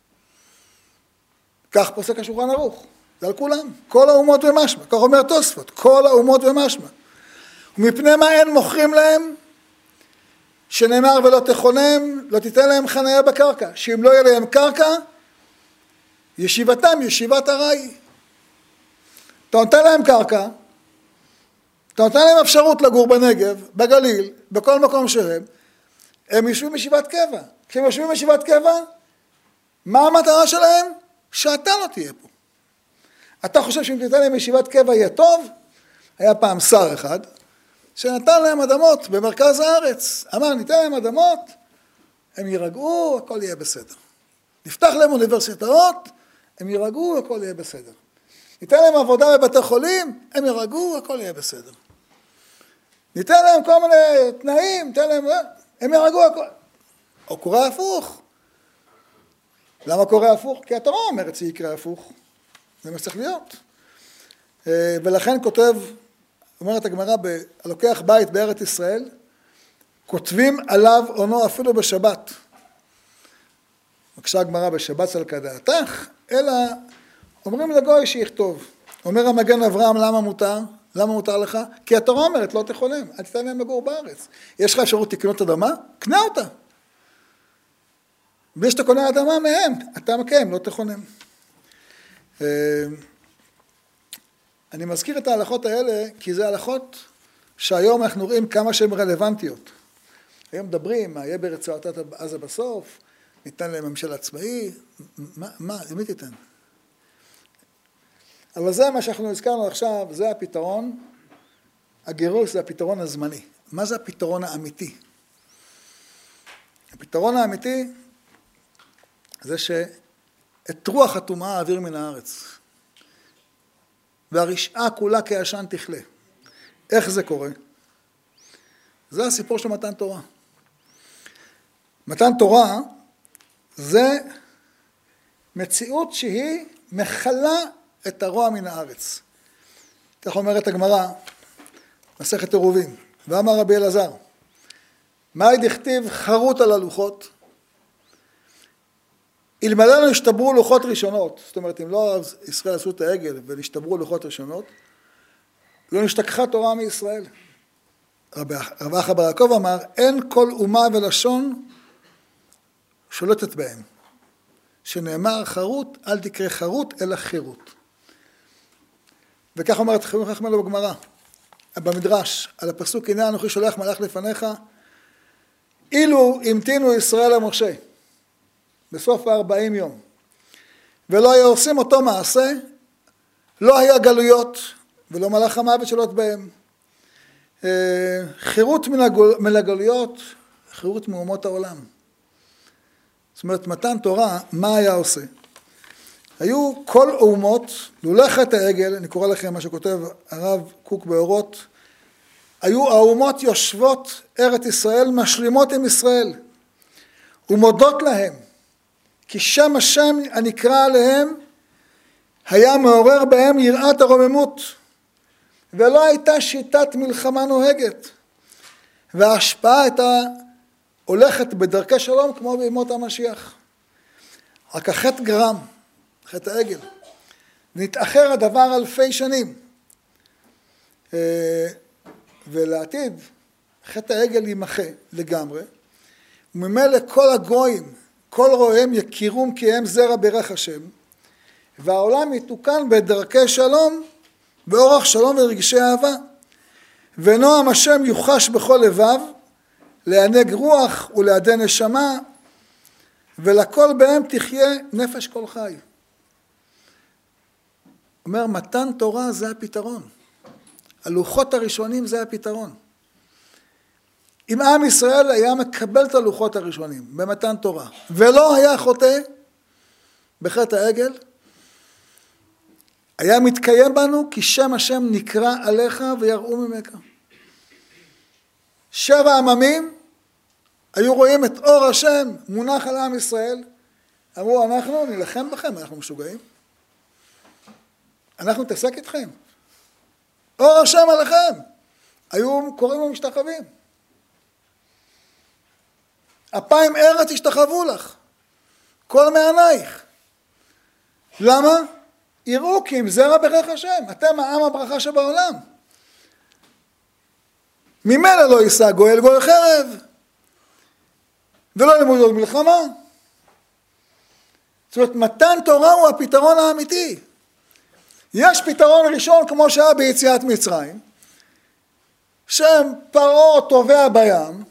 כך פוסק השולחן ערוך. זה על כולם, כל האומות ומשמע, כך אומר תוספות, כל האומות ומשמע. ומפני מה אין מוכרים להם, שנאמר ולא תכונם, לא תיתן להם חניה בקרקע, שאם לא יהיה להם קרקע, ישיבתם ישיבת ארעי. אתה נותן להם קרקע, אתה נותן להם אפשרות לגור בנגב, בגליל, בכל מקום שהם, הם יושבים בישיבת קבע. כשהם יושבים בישיבת קבע, מה המטרה שלהם? שאתה לא תהיה פה. אתה חושב שאם תיתן להם ישיבת קבע יהיה טוב? היה פעם שר אחד שנתן להם אדמות במרכז הארץ. אמר, ניתן להם אדמות, הם יירגעו, הכל יהיה בסדר. נפתח להם אוניברסיטאות, הם יירגעו, הכל יהיה בסדר. ניתן להם עבודה בבתי חולים, הם יירגעו, הכל יהיה בסדר. ניתן להם כל מיני תנאים, ניתן להם, הם יירגעו, הכל. או קורה הפוך. למה קורה הפוך? כי התורה אומרת שיקרה הפוך. זה מה שצריך להיות. ולכן כותב, אומרת הגמרא, הלוקח בית בארץ ישראל, כותבים עליו עונו אפילו בשבת. מקשה הגמרא בשבת סלקא דעתך, אלא אומרים לגוי שיכתוב. אומר המגן אברהם, למה מותר? למה מותר לך? כי התורה אומרת, לא תכונם, אל תיתן להם לגור בארץ. יש לך אפשרות לקנות אדמה? קנה אותה. בלי שאתה קונה אדמה מהם, אתה מקיים, לא תכונם. אני מזכיר את ההלכות האלה, כי זה הלכות שהיום אנחנו רואים כמה שהן רלוונטיות. היום מדברים, מה יהיה ברצועת עזה בסוף, ניתן להם ממשל עצמאי, מה, למי תיתן? אבל זה מה שאנחנו הזכרנו עכשיו, זה הפתרון, הגירוש זה הפתרון הזמני. מה זה הפתרון האמיתי? הפתרון האמיתי זה שאת רוח הטומאה האוויר מן הארץ, והרשעה כולה כעשן תכלה. איך זה קורה? זה הסיפור של מתן תורה. מתן תורה זה מציאות שהיא מחלה את הרוע מן הארץ. כך אומרת הגמרא, מסכת עירובין, ואמר רבי אלעזר, מה דכתיב חרוט על הלוחות? אלמלא לא השתברו לוחות ראשונות, זאת אומרת, אם לא ישראל עשו את העגל ונשתברו לוחות ראשונות, לא נשתכחה תורה מישראל. רב אחא בר יעקב אמר, אין כל אומה ולשון שולטת בהם. שנאמר חרוט, אל תקרא חרוט, אלא חירות. וכך אומרת חכמינו בגמרא, במדרש, על הפסוק, הנה אנוכי שולח מלאך לפניך, אילו המתינו ישראל למשה, בסוף 40 יום, ולא היו עושים אותו מעשה, לא היה גלויות, ולא מלאך המוות שולט בהם. חירות מן הגלויות, חירות מאומות העולם. זאת אומרת, מתן תורה, מה היה עושה? היו כל אומות, לולא חטא העגל, אני קורא לכם מה שכותב הרב קוק באורות, היו האומות יושבות ארץ ישראל, משלימות עם ישראל, ומודות להם, כי שם השם הנקרא עליהם, היה מעורר בהם יראת הרוממות, ולא הייתה שיטת מלחמה נוהגת, וההשפעה הייתה הולכת בדרכי שלום כמו בימות המשיח. רק החטא גרם, חטא העגל, נתאחר הדבר אלפי שנים, ולעתיד חטא העגל יימחה לגמרי, וממילא כל הגויים, כל רואיהם יכירום כי הם זרע ברך השם, והעולם יתוקן בדרכי שלום, באורח שלום ורגשי אהבה, ונועם השם יוחש בכל לבב, לענג רוח ולעדי נשמה, ולכל בהם תחיה נפש כל חי. אומר, מתן תורה זה הפתרון. הלוחות הראשונים זה הפתרון. אם עם ישראל היה מקבל את הלוחות הראשונים במתן תורה, ולא היה חוטא בחטא העגל, היה מתקיים בנו כי שם השם נקרא עליך ויראו ממך. 7 עממים היו רואים את אור השם מונח על עם ישראל, אמרו אנחנו נלחם בכם, אנחנו משוגעים, אנחנו נתעסק איתכם, אור השם עליכם, היו קוראים ומשתחווים, 2000 ארץ השתחוו לך, כל מענייך. למה? יראו כי אם זרע ברך השם, אתם העם הברכה שבעולם. ממילא לא יישא גואל גוי חרב, ולא לימוד עוד מלחמה. זאת אומרת, מתן תורה הוא הפתרון האמיתי. יש פתרון ראשון כמו שהיה ביציאת מצרים, שם פרעה טובע בים,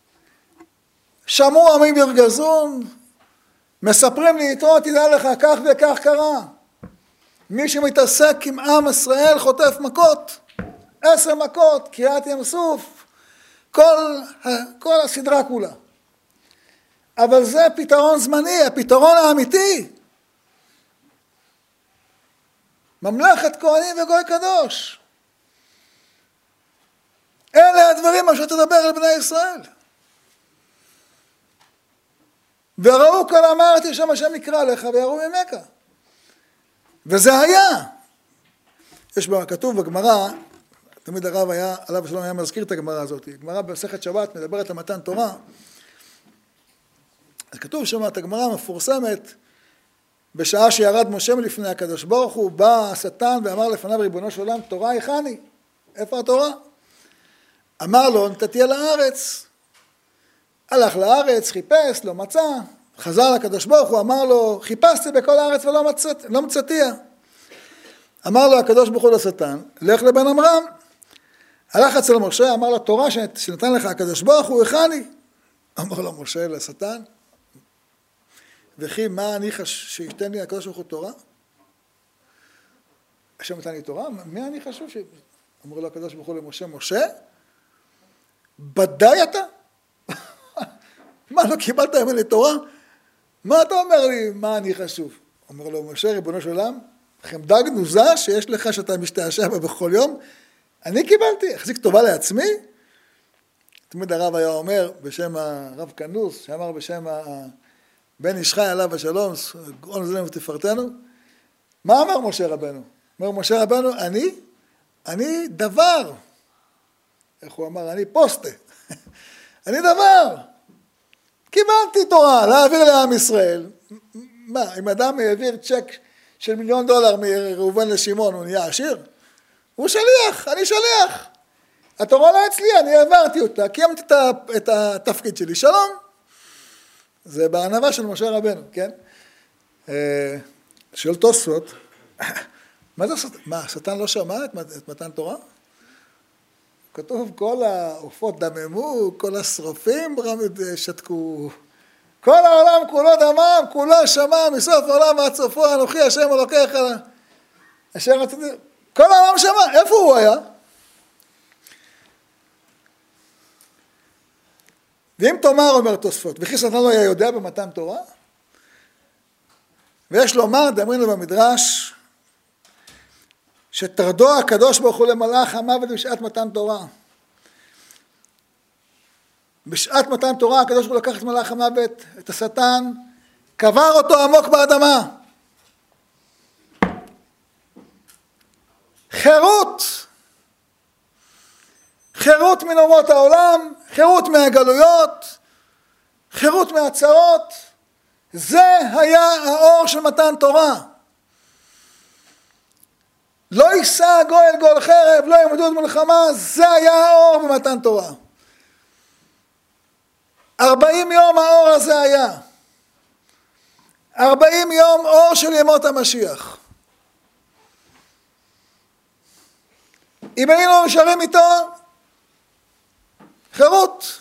שמעו עמים ירגזון, מספרים לי יתרו, תדע לך כך וכך קרה. מי שמתעסק עם עם ישראל חוטף מכות, 10 מכות, קריעת ים סוף, כל הסדרה כולה. אבל זה פתרון זמני, הפתרון האמיתי. ממלכת כהנים וגוי קדוש. אלה הדברים אשר תדבר על בני ישראל. וראו כל אמרתי שם השם נקרא לך ויראו ממך. וזה היה. יש בה, כתוב בגמרא, תמיד הרב היה, עליו השלום היה מזכיר את הגמרא הזאת. הגמרא במסכת שבת מדברת על מתן תורה. אז כתוב שם את הגמרא מפורסמת, בשעה שירד משה מלפני הקדוש ברוך הוא, בא השטן ואמר לפניו ריבונו של עולם, תורה היכני? איפה התורה? אמר לו, נתתי על הארץ. הלך לארץ, חיפש, לא מצא. חזר לקדוש ברוך הוא, אמר לו, חיפשתי בכל הארץ ולא מצאתיה. אמר לו הקדוש ברוך הוא לשטן, לך לבן עמרם. הלך אצל משה, אמר לו, תורה שנתן לך הקדוש ברוך הוא, היכני? אמר לו משה לשטן, וכי מה אני שיתן לי הקדוש ברוך הוא תורה? השם נתן לי תורה? מי אני חשוב אמר לו הקדוש ברוך הוא למשה, משה? בדי אתה? מה, לא קיבלת ממני תורה? מה אתה אומר לי, מה אני חשוב? אומר לו משה, ריבונו של עולם, חמדה גנוזה שיש לך שאתה משתעשע בה בכל יום, אני קיבלתי, החזיק טובה לעצמי. תמיד הרב היה אומר בשם הרב כנוס, שאמר בשם בן איש חי עליו השלום, גאון זלם ותפארתנו. מה אמר משה רבנו? אומר משה רבנו, אני דבר. איך הוא אמר? אני פוסטה. אני דבר. קיבלתי תורה להעביר לעם ישראל. מה, אם אדם העביר צ'ק של $1,000,000 מראובן לשמעון, הוא נהיה עשיר? הוא שליח, אני שליח. התורה לא אצלי, אני העברתי אותה, קיימתי את התפקיד שלי, שלום. זה בענווה של משה רבנו, כן? שואל תוספות, מה זה, מה, השטן לא שמע את מתן תורה? כתוב, כל העופות דממו, כל השרופים שתקו, כל העולם כולו דמם, כולו שמע, מסוף העולם עד סופו, אנוכי השם אלוקיך, אשר רציתי, כל העולם שמע, איפה הוא היה? ואם תאמר, אומר תוספות, וכי שטן לא היה יודע במתן תורה? ויש לומר, דאמרינו במדרש, שטרדו הקדוש ברוך הוא למלאך המוות בשעת מתן תורה. בשעת מתן תורה הקדוש ברוך הוא לקח את מלאך המוות, את השטן, קבר אותו עמוק באדמה. חירות מן אומות העולם, חירות מהגלויות, חירות מהצרות. זה היה האור של מתן תורה. לא יישא גואל גואל חרב, לא יעמדו מלחמה, זה היה האור במתן תורה. 40 יום האור הזה היה. 40 יום אור של ימות המשיח. אם היינו נשארים איתו, חירות.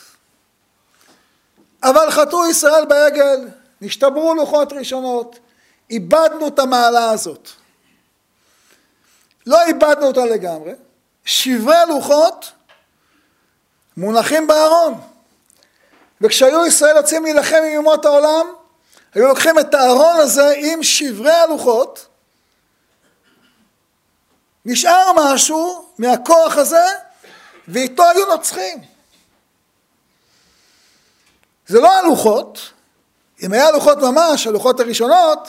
אבל חטאו ישראל בעגל, נשתברו לוחות ראשונות, איבדנו את המעלה הזאת. לא איבדנו אותה לגמרי, שברי הלוחות מונחים בארון. וכשהיו ישראל יוצאים להילחם עם אומות העולם, היו לוקחים את הארון הזה עם שברי הלוחות, נשאר משהו מהכוח הזה, ואיתו היו נוצחים. זה לא הלוחות, אם היה לוחות ממש, הלוחות הראשונות,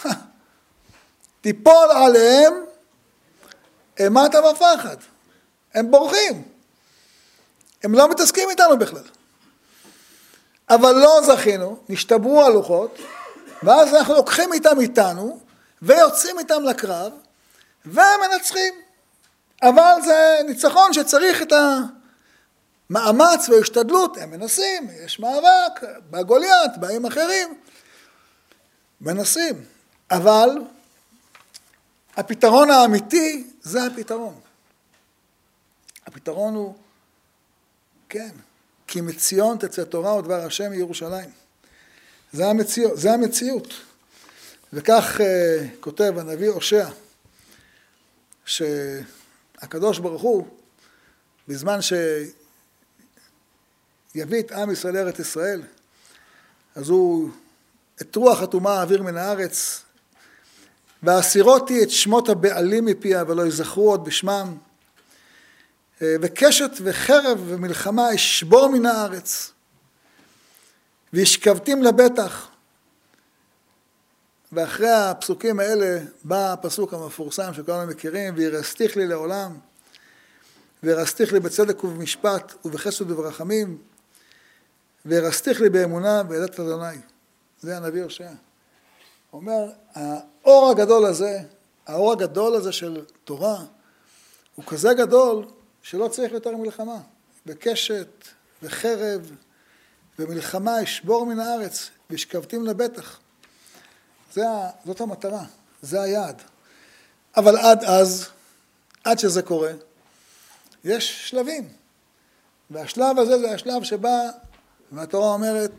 תיפול עליהם אימת ופחד. הם בורחים. הם לא מתעסקים איתנו בכלל. אבל לא זכינו, נשתברו הלוחות, ואז אנחנו לוקחים איתם איתנו, ויוצאים איתם לקרב, ומנצחים. אבל זה ניצחון שצריך את המאמץ וההשתדלות, הם מנסים, יש מאבק, בא גוליית, באים אחרים, מנסים. אבל הפתרון האמיתי זה הפתרון. הפתרון הוא, כן, כי מציון תצא תורה ודבר השם מירושלים. זה המציאות. וכך כותב הנביא הושע, שהקדוש ברוך הוא, בזמן שיביא את עם ישראל לארץ ישראל, אז הוא את רוח הטומאה האוויר מן הארץ, והסירותי את שמות הבעלים מפיה ולא יזכרו עוד בשמם, וקשת וחרב ומלחמה ישבור מן הארץ, וישכבתים לבטח. ואחרי הפסוקים האלה בא הפסוק המפורסם שכולנו מכירים, וירסתיך לי לעולם, וירסתיך לי בצדק ובמשפט ובחסד וברחמים, וירסתיך לי באמונה בידת אדוני. זה הנביא הושע. הוא אומר, האור הגדול הזה של תורה, הוא כזה גדול שלא צריך יותר מלחמה. בקשת וחרב ומלחמה ישבור מן הארץ וישכבתים לבטח. זאת המטרה, זה היעד. אבל עד שזה קורה, יש שלבים. והשלב הזה זה השלב שבא, והתורה אומרת,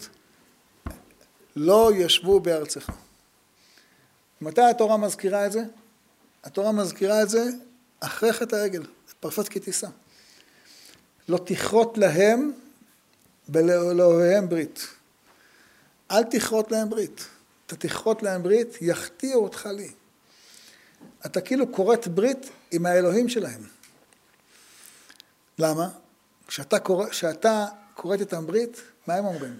לא ישבו בארצך. מתי התורה מזכירה את זה? התורה מזכירה את זה אחרי חטא העגל, פרפת כי תישא. לא תכרות להם באלוהיהם ברית. אל תכרות להם ברית. אתה תכרות להם ברית, יחטיאו אותך לי. אתה כאילו כורת ברית עם האלוהים שלהם. למה? כשאתה קוראת איתם ברית, מה הם אומרים?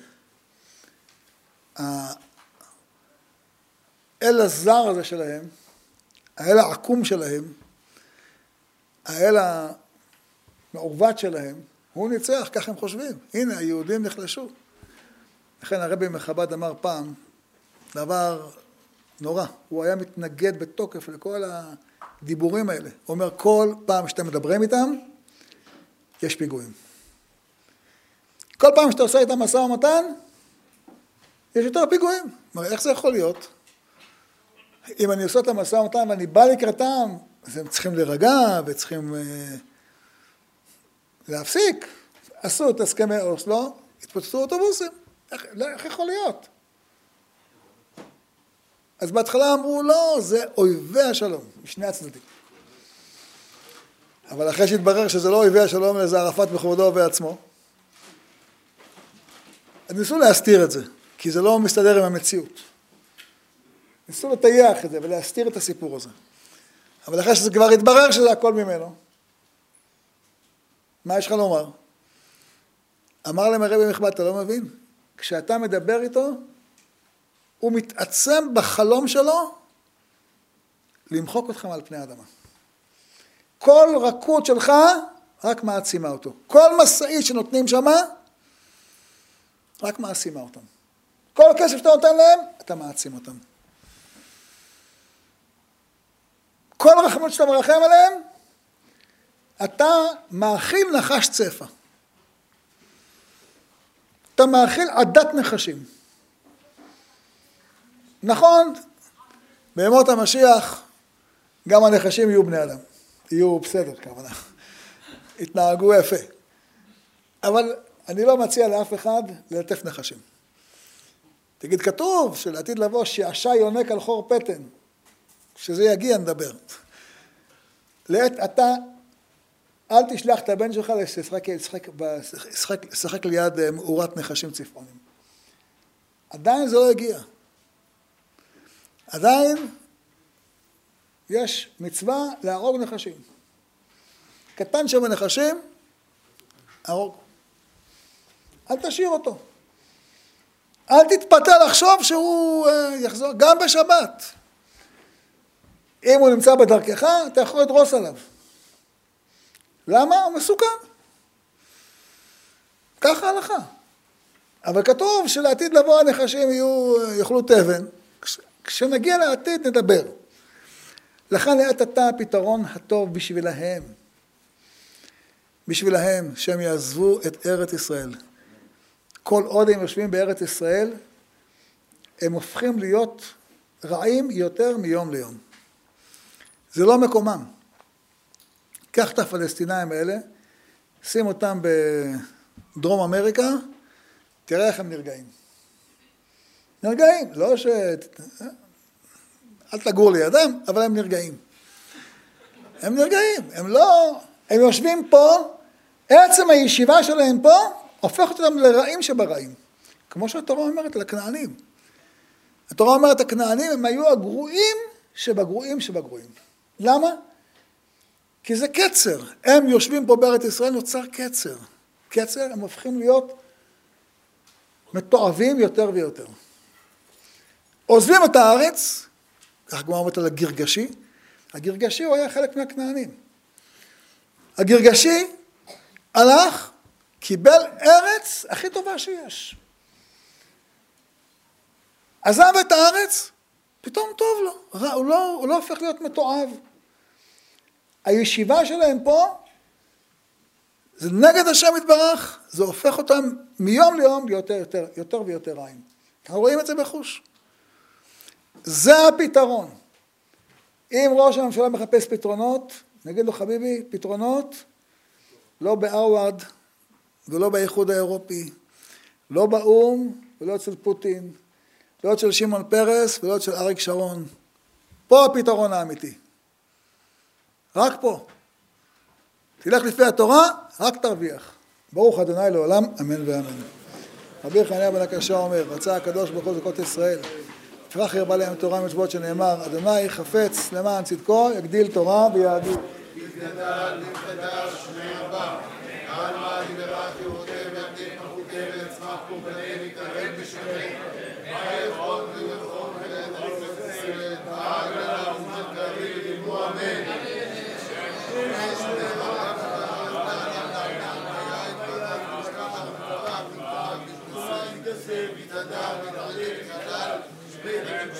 האל הזר הזה שלהם, האל העקום שלהם, האל המעוות שלהם, הוא ניצח, כך הם חושבים. הנה, היהודים נחלשו. לכן הרבי מחב"ד אמר פעם, דבר נורא. הוא היה מתנגד בתוקף לכל הדיבורים האלה. הוא אומר, כל פעם שאתם מדברים איתם, יש פיגועים. כל פעם שאתה עושה איתם משא ומתן, יש יותר פיגועים. אומר, איך זה יכול להיות? אם אני עושה את המשא ומתן ואני בא לקראתם, אז הם צריכים להירגע וצריכים להפסיק. עשו את הסכמי אוסלו, התפוצצו אוטובוסים. איך יכול להיות? אז בהתחלה אמרו, לא, זה אויבי השלום, משני הצדדים. אבל אחרי שהתברר שזה לא אויבי השלום, אלא זה ערפאת בכבודו ובעצמו, אז ניסו להסתיר את זה, כי זה לא מסתדר עם המציאות. ניסו לטייח את זה ולהסתיר את הסיפור הזה. אבל אחרי שזה כבר התברר שזה הכל ממנו, מה יש לך לומר? אמר להם הרבי מחב"ד, אתה לא מבין? כשאתה מדבר איתו, הוא מתעצם בחלום שלו למחוק אתכם על פני האדמה. כל רכות שלך רק מעצימה אותו. כל מסעית שנותנים שמה, רק מעצימה אותם. כל כסף שאתה נותן להם, אתה מעצים אותם. כל רחמות שאתה מרחם עליהם, אתה מאכיל נחש צפה. אתה מאכיל עדת נחשים. נכון, בימות המשיח, גם הנחשים יהיו בני אדם. יהיו בסדר, כמובן. התנהגו יפה. אבל אני לא מציע לאף אחד ללטף נחשים. תגיד, כתוב שלעתיד לבוא שעשע יונק על חור פטן. כשזה יגיע נדבר. לעת אתה, אל תשלח את הבן שלך לשחק ליד מאורת נחשים צפעונים. עדיין זה לא הגיע. עדיין יש מצווה להרוג נחשים. קטן שבנחשים, הרוג. אל תשאיר אותו. אל תתפתה לחשוב שהוא יחזור, גם בשבת. אם הוא נמצא בדרכך, אתה יכול לדרוס עליו. למה? הוא מסוכן. ככה הלכה. אבל כתוב שלעתיד לבוא הנחשים יאכלו תבן. כשנגיע לעתיד נדבר. לכן לעת עתה הפתרון הטוב בשבילהם. בשבילהם שהם יעזבו את ארץ ישראל. כל עוד הם יושבים בארץ ישראל, הם הופכים להיות רעים יותר מיום ליום. זה לא מקומם. קח את הפלסטינאים האלה, שים אותם בדרום אמריקה, תראה איך הם נרגעים. נרגעים, לא אל תגור לידם, אבל הם נרגעים. הם נרגעים, הם יושבים פה, עצם הישיבה שלהם פה, הופכת אותם לרעים שברעים. כמו שהתורה אומרת על הכנענים. התורה אומרת, הכנענים הם היו הגרועים שבגרועים שבגרועים. למה? כי זה קצר. הם יושבים פה בארץ ישראל, נוצר קצר. קצר, הם הופכים להיות מתועבים יותר ויותר. עוזבים את הארץ, כך כמו אומרת על הגרגשי, הגרגשי הוא היה חלק מהכנענים. הגרגשי הלך, קיבל ארץ הכי טובה שיש. עזב את הארץ, פתאום טוב לו. הוא לא הופך להיות מתועב. הישיבה שלהם פה, זה נגד השם יתברך, זה הופך אותם מיום ליום יותר ויותר רעים. אנחנו רואים את זה בחוש. זה הפתרון. אם ראש הממשלה מחפש פתרונות, נגיד לו חביבי, פתרונות, לא בהרווארד ולא באיחוד האירופי, לא באום ולא אצל פוטין, לא אצל שמעון פרס ולא אצל אריק שרון. פה הפתרון האמיתי. רק פה. תלך לפי התורה, רק תרוויח. ברוך ה' לעולם, אמן ואמן. רבי חנינא בן עקשיא אומר, רצה הקדוש ברוך הוא זכות ישראל, לפיכך הרבה להם תורה ומצוות שנאמר, אדוני חפץ למען צדקו, יגדיל תורה ויאדיר. alma liberati o te verdi o te smach o beneni tarem bishmei ay khod ve khod ve agra umat karim mu amen